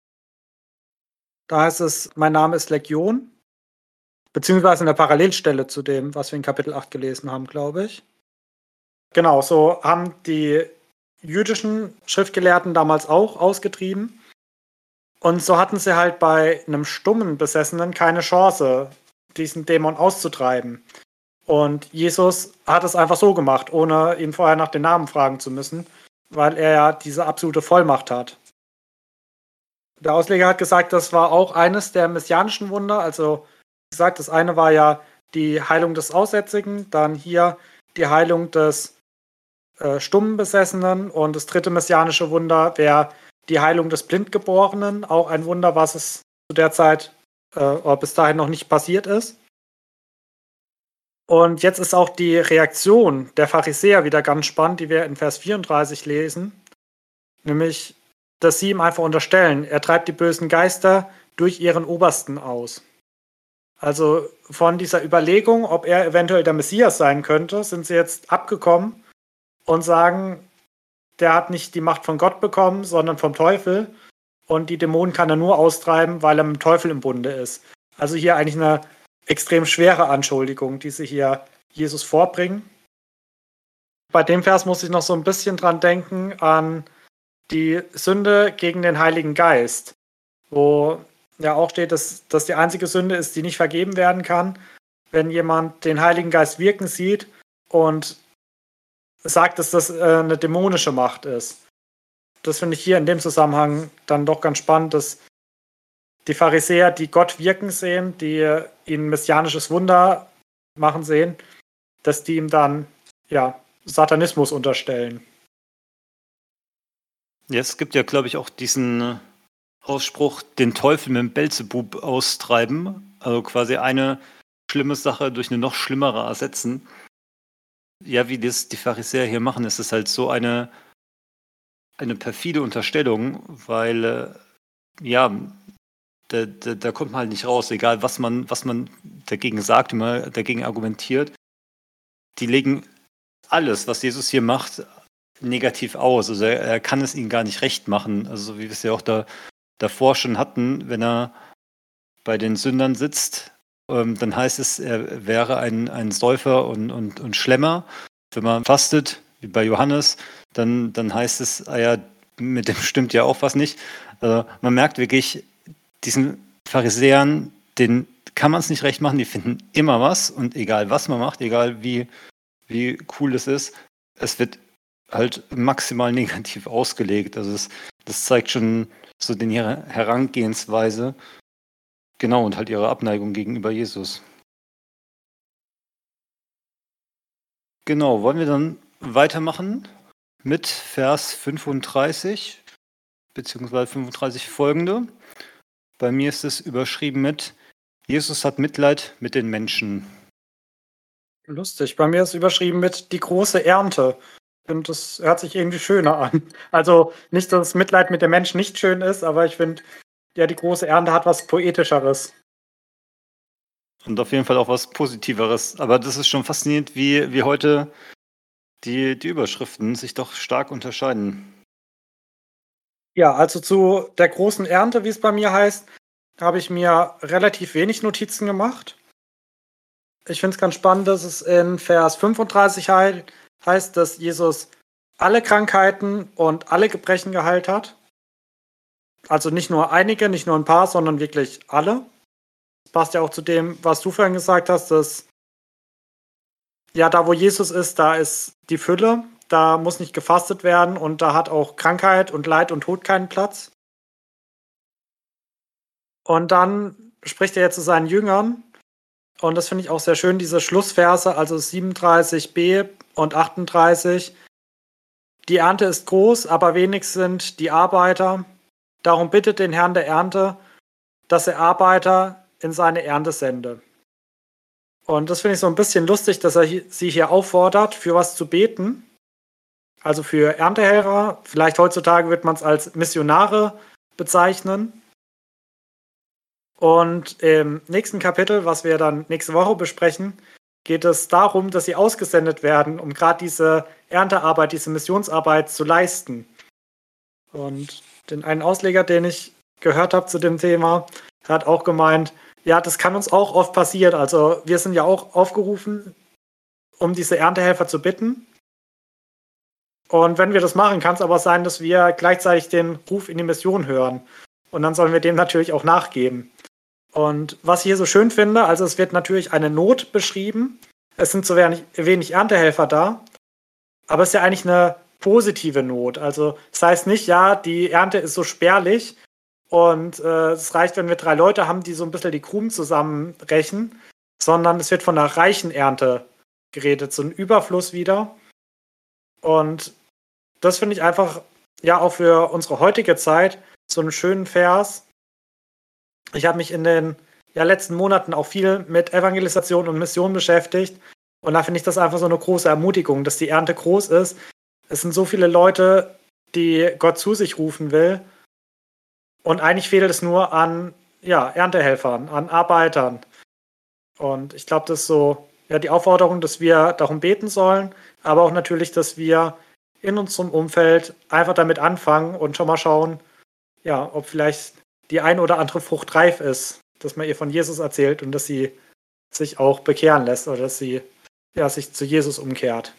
Da heißt es, mein Name ist Legion. Beziehungsweise in der Parallelstelle zu dem, was wir in Kapitel 8 gelesen haben, glaube ich. Genau, so haben die jüdischen Schriftgelehrten damals auch ausgetrieben. Und so hatten sie halt bei einem stummen Besessenen keine Chance, diesen Dämon auszutreiben. Und Jesus hat es einfach so gemacht, ohne ihn vorher nach den Namen fragen zu müssen, weil er ja diese absolute Vollmacht hat. Der Ausleger hat gesagt, das war auch eines der messianischen Wunder. Also, wie gesagt, das eine war ja die Heilung des Aussätzigen, dann hier die Heilung des stummen Besessenen und das dritte messianische Wunder wäre die Heilung des Blindgeborenen, auch ein Wunder, was es zu der Zeit bis dahin noch nicht passiert ist. Und jetzt ist auch die Reaktion der Pharisäer wieder ganz spannend, die wir in Vers 34 lesen, nämlich, dass sie ihm einfach unterstellen, er treibt die bösen Geister durch ihren Obersten aus. Also von dieser Überlegung, ob er eventuell der Messias sein könnte, sind sie jetzt abgekommen und sagen, der hat nicht die Macht von Gott bekommen, sondern vom Teufel. Und die Dämonen kann er nur austreiben, weil er mit dem Teufel im Bunde ist. Also hier eigentlich eine extrem schwere Anschuldigung, die sie hier Jesus vorbringen. Bei dem Vers muss ich noch so ein bisschen dran denken an die Sünde gegen den Heiligen Geist, wo ja auch steht, dass die einzige Sünde ist, die nicht vergeben werden kann, wenn jemand den Heiligen Geist wirken sieht und sagt, dass das eine dämonische Macht ist. Das finde ich hier in dem Zusammenhang dann doch ganz spannend, dass die Pharisäer, die Gott wirken sehen, die ihn messianisches Wunder machen sehen, dass die ihm dann ja Satanismus unterstellen. Ja, es gibt ja, glaube ich, auch diesen Ausspruch, den Teufel mit dem Beelzebub austreiben. Also quasi eine schlimme Sache durch eine noch schlimmere ersetzen. Ja, wie das die Pharisäer hier machen, ist es halt so eine perfide Unterstellung, weil ja, da kommt man halt nicht raus, egal was man dagegen sagt, wie man dagegen argumentiert. Die legen alles, was Jesus hier macht, negativ aus. Also er kann es ihnen gar nicht recht machen. Also wie wir es ja auch davor schon hatten, wenn er bei den Sündern sitzt, dann heißt es, er wäre ein Säufer und Schlemmer. Wenn man fastet, wie bei Johannes, dann heißt es, ja, mit dem stimmt ja auch was nicht. Also man merkt wirklich, diesen Pharisäern, denen kann man es nicht recht machen, die finden immer was und egal was man macht, egal wie cool es ist, es wird halt maximal negativ ausgelegt. Also das zeigt schon so den ihre Herangehensweise, genau, und halt ihre Abneigung gegenüber Jesus. Genau, wollen wir dann weitermachen mit Vers 35 beziehungsweise 35 folgende. Bei mir ist es überschrieben mit Jesus hat Mitleid mit den Menschen. Lustig. Bei mir ist überschrieben mit die große Ernte. Und das hört sich irgendwie schöner an. Also nicht, dass Mitleid mit dem Menschen nicht schön ist, aber ich finde, ja, die große Ernte hat was Poetischeres. Und auf jeden Fall auch was Positiveres. Aber das ist schon faszinierend, wie heute die Überschriften sich doch stark unterscheiden. Ja, also zu der großen Ernte, wie es bei mir heißt, habe ich mir relativ wenig Notizen gemacht. Ich finde es ganz spannend, dass es in Vers 35 heißt, dass Jesus alle Krankheiten und alle Gebrechen geheilt hat. Also nicht nur einige, nicht nur ein paar, sondern wirklich alle. Das passt ja auch zu dem, was du vorhin gesagt hast, dass ja, da wo Jesus ist, da ist die Fülle, da muss nicht gefastet werden und da hat auch Krankheit und Leid und Tod keinen Platz. Und dann spricht er jetzt zu seinen Jüngern und das finde ich auch sehr schön, diese Schlussverse, also 37b und 38. Die Ernte ist groß, aber wenig sind die Arbeiter. Darum bittet den Herrn der Ernte, dass er Arbeiter in seine Ernte sende. Und das finde ich so ein bisschen lustig, dass er sie hier auffordert, für was zu beten. Also für Erntehelfer. Vielleicht heutzutage wird man es als Missionare bezeichnen. Und im nächsten Kapitel, was wir dann nächste Woche besprechen, geht es darum, dass sie ausgesendet werden, um gerade diese Erntearbeit, diese Missionsarbeit zu leisten. Und den einen Ausleger, den ich gehört habe zu dem Thema, hat auch gemeint, ja, das kann uns auch oft passieren. Also wir sind ja auch aufgerufen, um diese Erntehelfer zu bitten. Und wenn wir das machen, kann es aber sein, dass wir gleichzeitig den Ruf in die Mission hören. Und dann sollen wir dem natürlich auch nachgeben. Und was ich hier so schön finde, also es wird natürlich eine Not beschrieben. Es sind so wenig Erntehelfer da. Aber es ist ja eigentlich eine positive Not. Also das heißt nicht, ja, die Ernte ist so spärlich und es reicht, wenn wir 3 Leute haben, die so ein bisschen die Krumen zusammenrechen, sondern es wird von einer reichen Ernte geredet, so ein Überfluss wieder. Und das finde ich einfach, ja, auch für unsere heutige Zeit so einen schönen Vers. Ich habe mich in den letzten Monaten auch viel mit Evangelisation und Mission beschäftigt. Und da finde ich das einfach so eine große Ermutigung, dass die Ernte groß ist. Es sind so viele Leute, die Gott zu sich rufen will. Und eigentlich fehlt es nur an Erntehelfern, an Arbeitern. Und ich glaube, das ist so die Aufforderung, dass wir darum beten sollen, aber auch natürlich, dass wir in unserem Umfeld einfach damit anfangen und schon mal schauen, ja, ob vielleicht die ein oder andere Frucht reif ist, dass man ihr von Jesus erzählt und dass sie sich auch bekehren lässt oder dass sie sich zu Jesus umkehrt.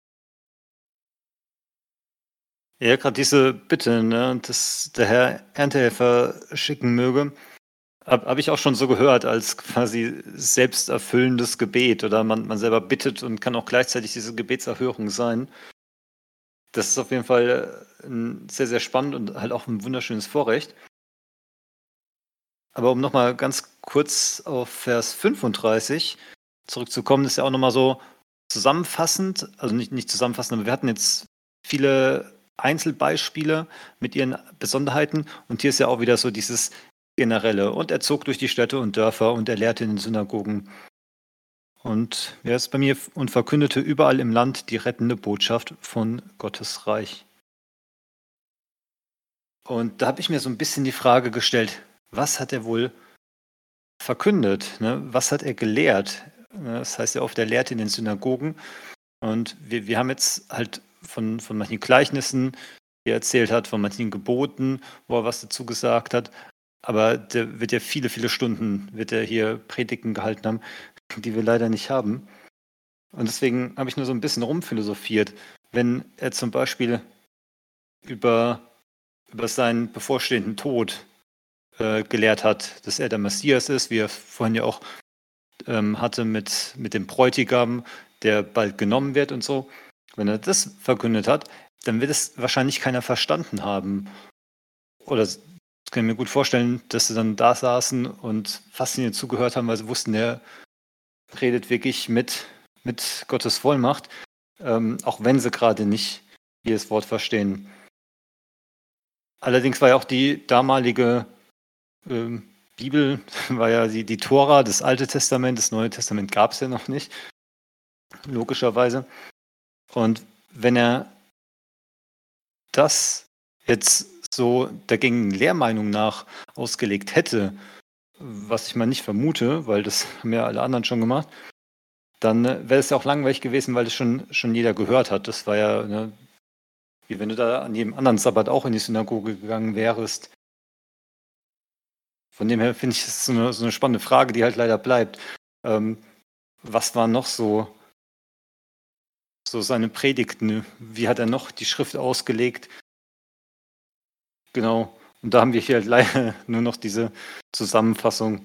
Ja, gerade diese Bitte, ne, dass der Herr Erntehelfer schicken möge, habe ich auch schon so gehört als quasi selbsterfüllendes Gebet oder man selber bittet und kann auch gleichzeitig diese Gebetserhörung sein. das ist auf jeden Fall sehr, sehr spannend und halt auch ein wunderschönes Vorrecht. Aber um nochmal ganz kurz auf Vers 35 zurückzukommen, ist ja auch nochmal so zusammenfassend, also nicht zusammenfassend, aber wir hatten jetzt viele Einzelbeispiele mit ihren Besonderheiten und hier ist ja auch wieder so dieses Generelle. Und er zog durch die Städte und Dörfer und er lehrte in den Synagogen. Und er ist bei mir und verkündete überall im Land die rettende Botschaft von Gottes Reich. Und da habe ich mir so ein bisschen die Frage gestellt, was hat er wohl verkündet? Ne? Was hat er gelehrt? Das heißt ja oft, er lehrte in den Synagogen. Und wir haben jetzt halt von manchen Gleichnissen, die er erzählt hat, von manchen Geboten, wo er was dazu gesagt hat. Aber der wird ja viele, viele Stunden, wird er hier Predigten gehalten haben, die wir leider nicht haben. Und deswegen habe ich nur so ein bisschen rumphilosophiert. Wenn er zum Beispiel über seinen bevorstehenden Tod gelehrt hat, dass er der Messias ist, wie er vorhin ja auch hatte mit dem Bräutigam, der bald genommen wird und so. Wenn er das verkündet hat, dann wird es wahrscheinlich keiner verstanden haben. Oder das kann ich mir gut vorstellen, dass sie dann da saßen und fasziniert zugehört haben, weil sie wussten, der redet wirklich mit Gottes Vollmacht, auch wenn sie gerade nicht jedes Wort verstehen. Allerdings war ja auch die damalige Bibel, war ja die Tora, das Alte Testament, das Neue Testament gab es ja noch nicht, logischerweise. Und wenn er das jetzt so der gängigen Lehrmeinung nach ausgelegt hätte, was ich mal nicht vermute, weil das haben ja alle anderen schon gemacht, dann wäre es ja auch langweilig gewesen, weil das schon jeder gehört hat. Das war ja, ne, wie wenn du da an jedem anderen Sabbat auch in die Synagoge gegangen wärst. Von dem her finde ich, das ist so eine spannende Frage, die halt leider bleibt. Was waren noch so seine Predigten? Wie hat er noch die Schrift ausgelegt? Genau. Und da haben wir hier halt leider nur noch diese Zusammenfassung.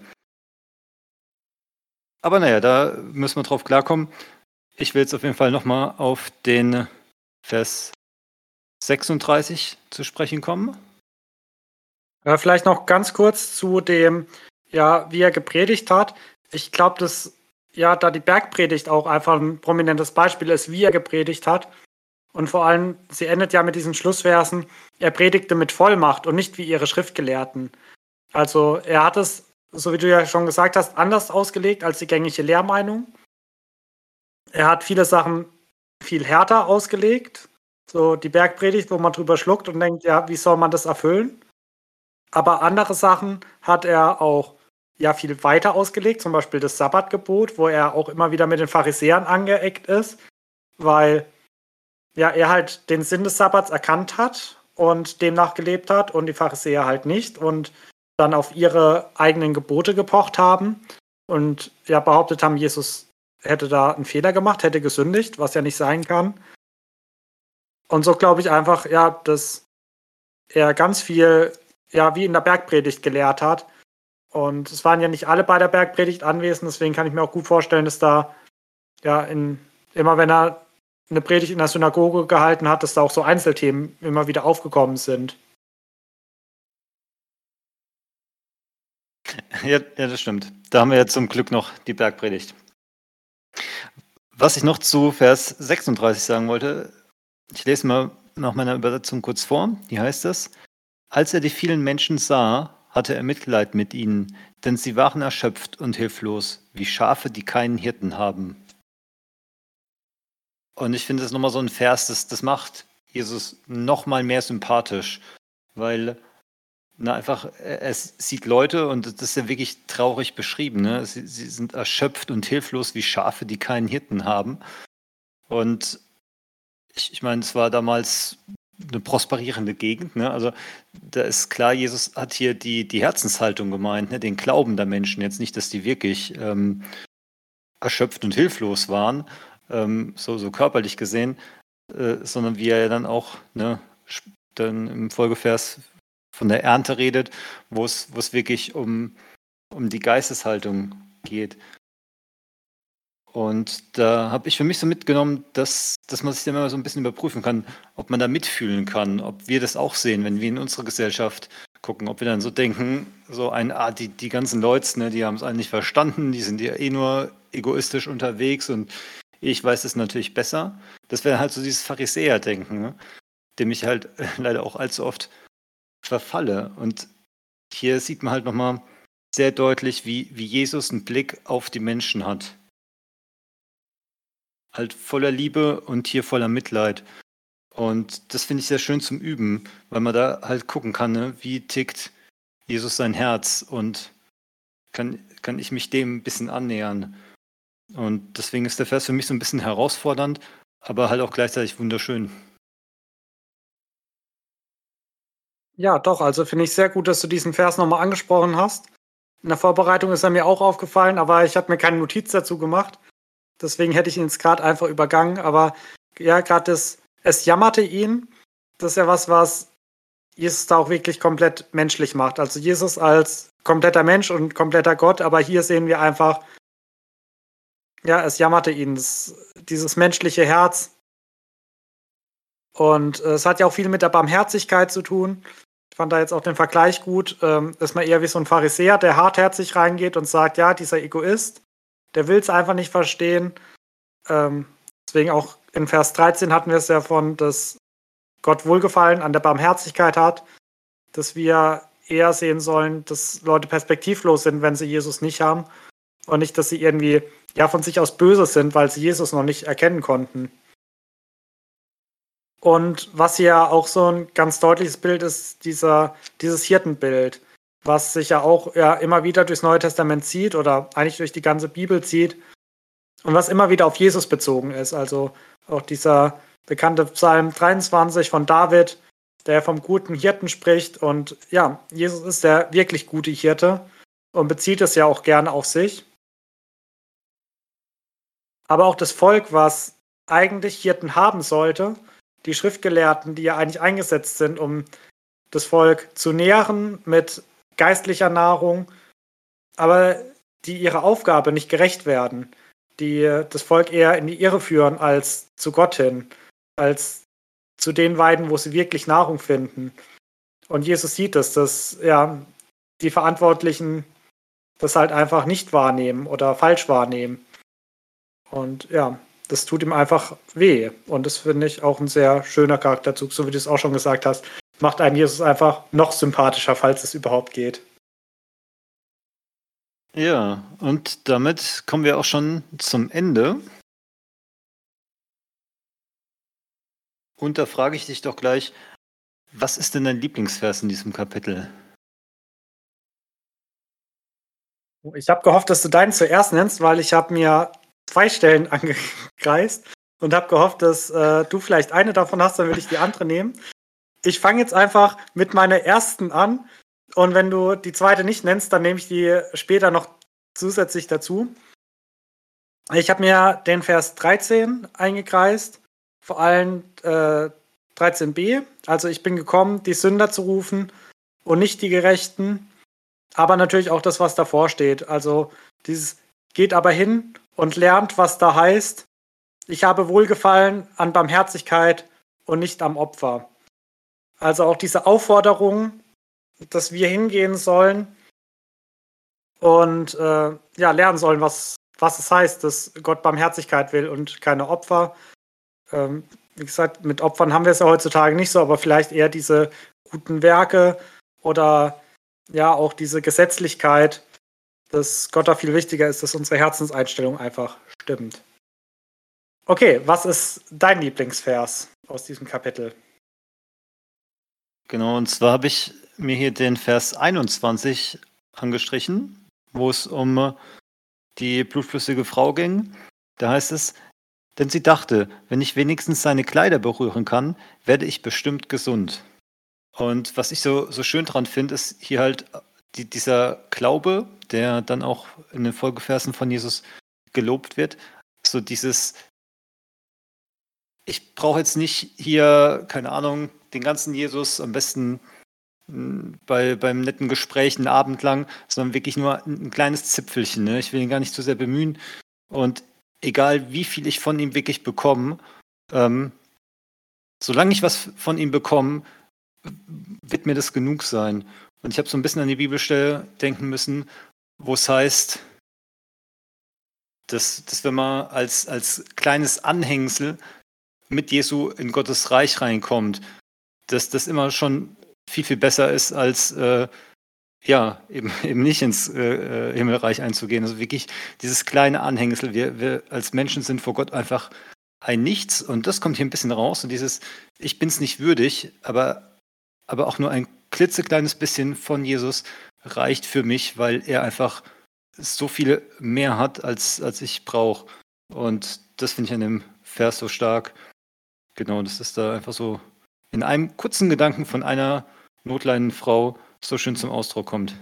Aber naja, da müssen wir drauf klarkommen. Ich will jetzt auf jeden Fall nochmal auf den Vers 36 zu sprechen kommen. Vielleicht noch ganz kurz zu dem, ja, wie er gepredigt hat. Ich glaube, dass ja da die Bergpredigt auch einfach ein prominentes Beispiel ist, wie er gepredigt hat. Und vor allem, sie endet ja mit diesen Schlussversen, er predigte mit Vollmacht und nicht wie ihre Schriftgelehrten. Also er hat es, so wie du ja schon gesagt hast, anders ausgelegt als die gängige Lehrmeinung. Er hat viele Sachen viel härter ausgelegt. So die Bergpredigt, wo man drüber schluckt und denkt, ja, wie soll man das erfüllen? Aber andere Sachen hat er auch ja viel weiter ausgelegt, zum Beispiel das Sabbatgebot, wo er auch immer wieder mit den Pharisäern angeeckt ist, weil ja er halt den Sinn des Sabbats erkannt hat und demnach gelebt hat und die Pharisäer halt nicht und dann auf ihre eigenen Gebote gepocht haben und ja behauptet haben, Jesus hätte da einen Fehler gemacht, hätte gesündigt, was ja nicht sein kann. Und so glaube ich einfach, ja, dass er ganz viel ja, wie in der Bergpredigt gelehrt hat. Und es waren ja nicht alle bei der Bergpredigt anwesend, deswegen kann ich mir auch gut vorstellen, dass da, ja, immer wenn er eine Predigt in der Synagoge gehalten hat, dass da auch so Einzelthemen immer wieder aufgekommen sind. Ja, das stimmt. Da haben wir ja zum Glück noch die Bergpredigt. Was ich noch zu Vers 36 sagen wollte, ich lese mal nach meiner Übersetzung kurz vor. Hier heißt es: Als er die vielen Menschen sah, hatte er Mitleid mit ihnen, denn sie waren erschöpft und hilflos, wie Schafe, die keinen Hirten haben. Und ich finde das nochmal so ein Vers, das macht Jesus nochmal mehr sympathisch, weil einfach, er sieht Leute und das ist ja wirklich traurig beschrieben. Ne? Sie sind erschöpft und hilflos wie Schafe, die keinen Hirten haben. Und ich meine, es war damals eine prosperierende Gegend. Ne? Also da ist klar, Jesus hat hier die Herzenshaltung gemeint, ne? Den Glauben der Menschen. Jetzt nicht, dass die wirklich erschöpft und hilflos waren, so körperlich gesehen, sondern wie er ja dann auch dann im Folgevers von der Ernte redet, wo es wirklich um die Geisteshaltung geht. Und da habe ich für mich so mitgenommen, dass man sich dann immer so ein bisschen überprüfen kann, ob man da mitfühlen kann, ob wir das auch sehen, wenn wir in unsere Gesellschaft gucken, ob wir dann so denken, die ganzen Leute, ne, die haben es alle nicht verstanden, die sind ja eh nur egoistisch unterwegs und ich weiß es natürlich besser. Das wäre halt so dieses Pharisäer-Denken, ne, dem ich halt leider auch allzu oft verfalle. Und hier sieht man halt nochmal sehr deutlich, wie Jesus einen Blick auf die Menschen hat. Halt voller Liebe und hier voller Mitleid. Und das finde ich sehr schön zum Üben, weil man da halt gucken kann, ne, wie tickt Jesus sein Herz und kann ich mich dem ein bisschen annähern. Und deswegen ist der Vers für mich so ein bisschen herausfordernd, aber halt auch gleichzeitig wunderschön. Ja, doch, also finde ich sehr gut, dass du diesen Vers nochmal angesprochen hast. In der Vorbereitung ist er mir auch aufgefallen, aber ich habe mir keine Notiz dazu gemacht. Deswegen hätte ich ihn jetzt gerade einfach übergangen. Aber ja, gerade es jammerte ihn, das ist ja was Jesus da auch wirklich komplett menschlich macht. Also Jesus als kompletter Mensch und kompletter Gott, aber hier sehen wir einfach, ja, es jammerte ihn, dieses menschliche Herz. Und es hat ja auch viel mit der Barmherzigkeit zu tun. Ich fand da jetzt auch den Vergleich gut. Ist man eher wie so ein Pharisäer, der hartherzig reingeht und sagt, ja, dieser Egoist, der will es einfach nicht verstehen. Deswegen auch in Vers 13 hatten wir es ja von, dass Gott Wohlgefallen an der Barmherzigkeit hat, dass wir eher sehen sollen, dass Leute perspektivlos sind, wenn sie Jesus nicht haben und nicht, dass sie irgendwie ja von sich aus böse sind, weil sie Jesus noch nicht erkennen konnten. Und was hier auch so ein ganz deutliches Bild ist, dieses Hirtenbild, was sich ja auch ja immer wieder durchs Neue Testament zieht oder eigentlich durch die ganze Bibel zieht und was immer wieder auf Jesus bezogen ist. Also auch dieser bekannte Psalm 23 von David, der vom guten Hirten spricht. Und ja, Jesus ist der wirklich gute Hirte und bezieht es ja auch gerne auf sich. Aber auch das Volk, was eigentlich Hirten haben sollte, die Schriftgelehrten, die ja eigentlich eingesetzt sind, um das Volk zu nähren mit geistlicher Nahrung, aber die ihrer Aufgabe nicht gerecht werden, die das Volk eher in die Irre führen als zu Gott hin, als zu den Weiden, wo sie wirklich Nahrung finden. Und Jesus sieht es, dass ja, die Verantwortlichen das halt einfach nicht wahrnehmen oder falsch wahrnehmen. Und ja, das tut ihm einfach weh. Und das finde ich auch ein sehr schöner Charakterzug, so wie du es auch schon gesagt hast. Macht einen Jesus einfach noch sympathischer, falls es überhaupt geht. Ja, und damit kommen wir auch schon zum Ende. Und da frage ich dich doch gleich, was ist denn dein Lieblingsvers in diesem Kapitel? Ich habe gehofft, dass du deinen zuerst nennst, weil ich habe mir 2 Stellen angekreist und habe gehofft, dass du vielleicht eine davon hast, dann würde ich die andere nehmen. Ich fange jetzt einfach mit meiner ersten an und wenn du die zweite nicht nennst, dann nehme ich die später noch zusätzlich dazu. Ich habe mir den Vers 13 eingekreist, vor allem 13b. Also ich bin gekommen, die Sünder zu rufen und nicht die Gerechten, aber natürlich auch das, was davor steht. Also dieses geht aber hin und lernt, was da heißt. Ich habe Wohlgefallen an Barmherzigkeit und nicht am Opfer. Also auch diese Aufforderung, dass wir hingehen sollen und ja, lernen sollen, was es heißt, dass Gott Barmherzigkeit will und keine Opfer. Wie gesagt, mit Opfern haben wir es ja heutzutage nicht so, aber vielleicht eher diese guten Werke oder ja auch diese Gesetzlichkeit, dass Gott da viel wichtiger ist, dass unsere Herzenseinstellung einfach stimmt. Okay, was ist dein Lieblingsvers aus diesem Kapitel? Genau, und zwar habe ich mir hier den Vers 21 angestrichen, wo es um die blutflüssige Frau ging. Da heißt es, denn sie dachte, wenn ich wenigstens seine Kleider berühren kann, werde ich bestimmt gesund. Und was ich so schön dran finde, ist hier halt dieser Glaube, der dann auch in den Folgeversen von Jesus gelobt wird. So dieses, ich brauche jetzt nicht hier, keine Ahnung, den ganzen Jesus am besten beim netten Gespräch einen Abend lang, sondern wirklich nur ein kleines Zipfelchen. Ne? Ich will ihn gar nicht zu sehr bemühen. Und egal wie viel ich von ihm wirklich bekomme, ähm, solange ich was von ihm bekomme, wird mir das genug sein. Und ich habe so ein bisschen an die Bibelstelle denken müssen, wo es heißt, dass wenn man als kleines Anhängsel mit Jesu in Gottes Reich reinkommt, dass das immer schon viel, viel besser ist, als eben nicht ins Himmelreich einzugehen. Also wirklich dieses kleine Anhängsel. Wir als Menschen sind vor Gott einfach ein Nichts und das kommt hier ein bisschen raus und dieses, ich bin es nicht würdig, aber auch nur ein klitzekleines bisschen von Jesus reicht für mich, weil er einfach so viel mehr hat, als ich brauche. Und das finde ich an dem Vers so stark. Genau, das ist da einfach so in einem kurzen Gedanken von einer notleidenden Frau so schön zum Ausdruck kommt.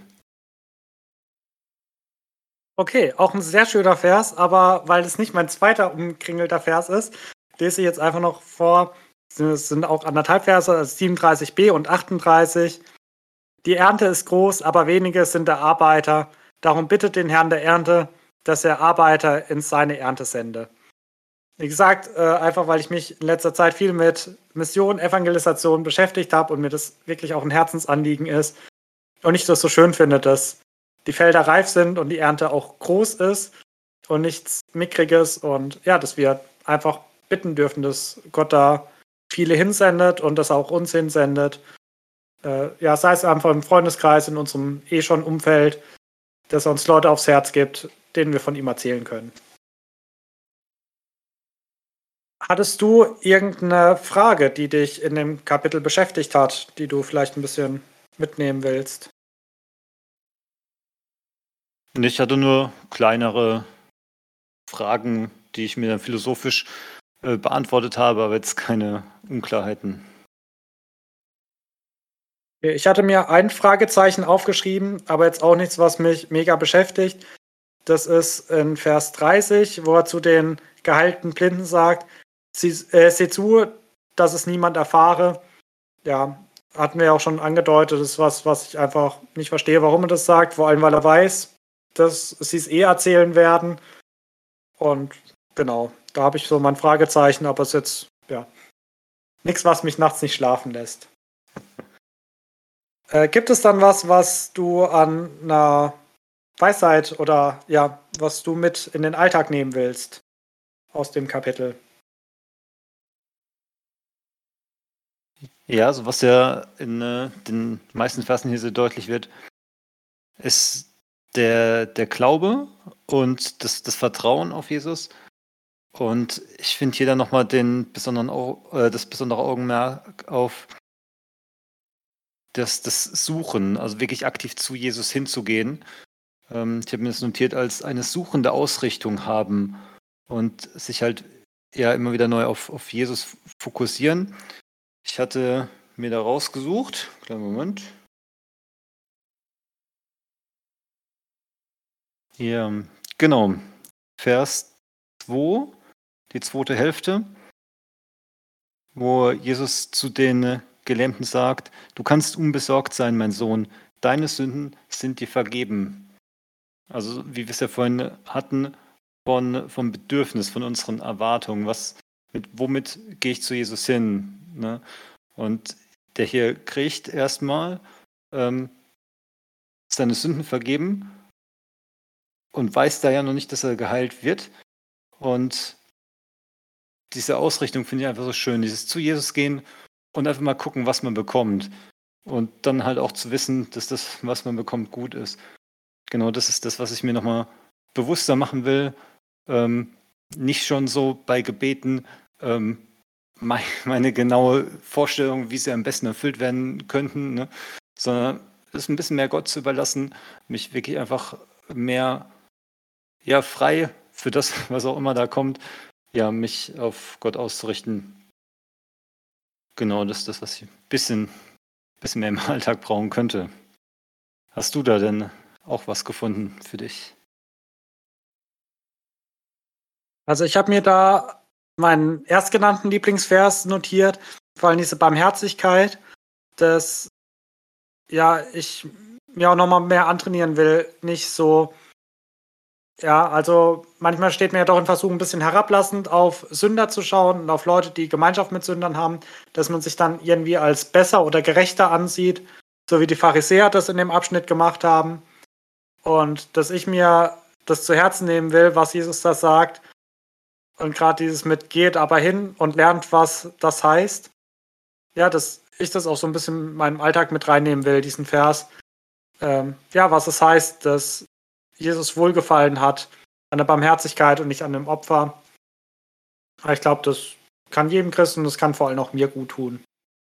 Okay, auch ein sehr schöner Vers, aber weil es nicht mein zweiter umkringelter Vers ist, lese ich jetzt einfach noch vor. Es sind auch anderthalb Verse, also 37b und 38. Die Ernte ist groß, aber wenige sind der Arbeiter. Darum bittet den Herrn der Ernte, dass er Arbeiter in seine Ernte sende. Wie gesagt, einfach weil ich mich in letzter Zeit viel mit Mission, Evangelisation beschäftigt habe und mir das wirklich auch ein Herzensanliegen ist. Und ich das so schön finde, dass die Felder reif sind und die Ernte auch groß ist und nichts Mickriges. Und ja, dass wir einfach bitten dürfen, dass Gott da viele hinsendet und dass er auch uns hinsendet. Ja, sei es einfach im Freundeskreis, in unserem schon Umfeld, dass er uns Leute aufs Herz gibt, denen wir von ihm erzählen können. Hattest du irgendeine Frage, die dich in dem Kapitel beschäftigt hat, die du vielleicht ein bisschen mitnehmen willst? Ich hatte nur kleinere Fragen, die ich mir dann philosophisch beantwortet habe, aber jetzt keine Unklarheiten. Ich hatte mir ein Fragezeichen aufgeschrieben, aber jetzt auch nichts, was mich mega beschäftigt. Das ist in Vers 30, wo er zu den geheilten Blinden sagt, sieh zu, dass es niemand erfahre. Ja, hatten wir auch schon angedeutet, das ist was ich einfach nicht verstehe, warum er das sagt, vor allem weil er weiß, dass sie es erzählen werden. Und genau, da habe ich so mein Fragezeichen, aber es ist jetzt, ja, nichts, was mich nachts nicht schlafen lässt. Gibt es dann was du an einer Weisheit oder ja, was du mit in den Alltag nehmen willst aus dem Kapitel? Ja, also was ja in den meisten Versen hier so deutlich wird, ist der Glaube und das Vertrauen auf Jesus. Und ich finde hier dann nochmal das besondere Augenmerk auf das Suchen, also wirklich aktiv zu Jesus hinzugehen. Ich habe mir das notiert als eine suchende Ausrichtung haben und sich halt ja immer wieder neu auf Jesus fokussieren. Ich hatte mir da rausgesucht, kleinen Moment. Hier, genau, Vers 2, die zweite Hälfte, wo Jesus zu den Gelähmten sagt, du kannst unbesorgt sein, mein Sohn, deine Sünden sind dir vergeben. Also wie wir es ja vorhin hatten, vom Bedürfnis, von unseren Erwartungen, womit gehe ich zu Jesus hin? Ne? Und der hier kriegt erstmal seine Sünden vergeben und weiß da ja noch nicht, dass er geheilt wird. Und diese Ausrichtung finde ich einfach so schön, dieses zu Jesus gehen und einfach mal gucken, was man bekommt. Und dann halt auch zu wissen, dass das, was man bekommt, gut ist. Genau, das ist das, was ich mir nochmal bewusster machen will. Nicht schon so bei Gebeten meine genaue Vorstellung, wie sie am besten erfüllt werden könnten, ne? Sondern es ein bisschen mehr Gott zu überlassen, mich wirklich einfach mehr frei für das, was auch immer da kommt, mich auf Gott auszurichten. Genau, das ist das, was ich ein bisschen mehr im Alltag brauchen könnte. Hast du da denn auch was gefunden für dich? Also ich habe mir da meinen erstgenannten Lieblingsvers notiert, vor allem diese Barmherzigkeit, dass ja, ich mir auch nochmal mehr antrainieren will, nicht so Ja, also manchmal steht mir ja doch in Versuchung, ein bisschen herablassend auf Sünder zu schauen und auf Leute, die Gemeinschaft mit Sündern haben, dass man sich dann irgendwie als besser oder gerechter ansieht, so wie die Pharisäer das in dem Abschnitt gemacht haben. Und dass ich mir das zu Herzen nehmen will, was Jesus da sagt. Und gerade dieses mit geht aber hin und lernt, was das heißt. Ja, dass ich das auch so ein bisschen in meinem Alltag mit reinnehmen will, diesen Vers. Ja, was es heißt, dass Jesus wohlgefallen hat an der Barmherzigkeit und nicht an dem Opfer. Aber ich glaube, das kann jedem Christen und das kann vor allem auch mir gut tun.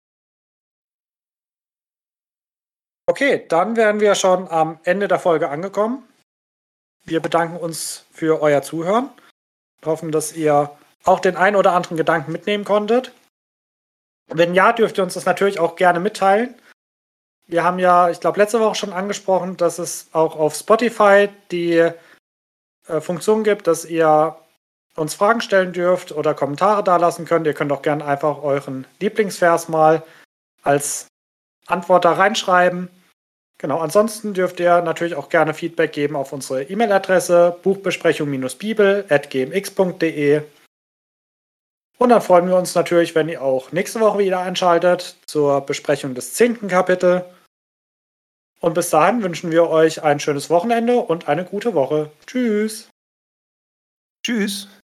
Okay, dann wären wir schon am Ende der Folge angekommen. Wir bedanken uns für euer Zuhören. Wir hoffen, dass ihr auch den einen oder anderen Gedanken mitnehmen konntet. Wenn ja, dürft ihr uns das natürlich auch gerne mitteilen. Wir haben ja, ich glaube, letzte Woche schon angesprochen, dass es auch auf Spotify die Funktion gibt, dass ihr uns Fragen stellen dürft oder Kommentare dalassen könnt. Ihr könnt auch gerne einfach euren Lieblingsvers mal als Antwort da reinschreiben. Genau, ansonsten dürft ihr natürlich auch gerne Feedback geben auf unsere E-Mail-Adresse buchbesprechung-bibel@gmx.de. Und dann freuen wir uns natürlich, wenn ihr auch nächste Woche wieder einschaltet zur Besprechung des 10. Kapitels. Und bis dahin wünschen wir euch ein schönes Wochenende und eine gute Woche. Tschüss. Tschüss.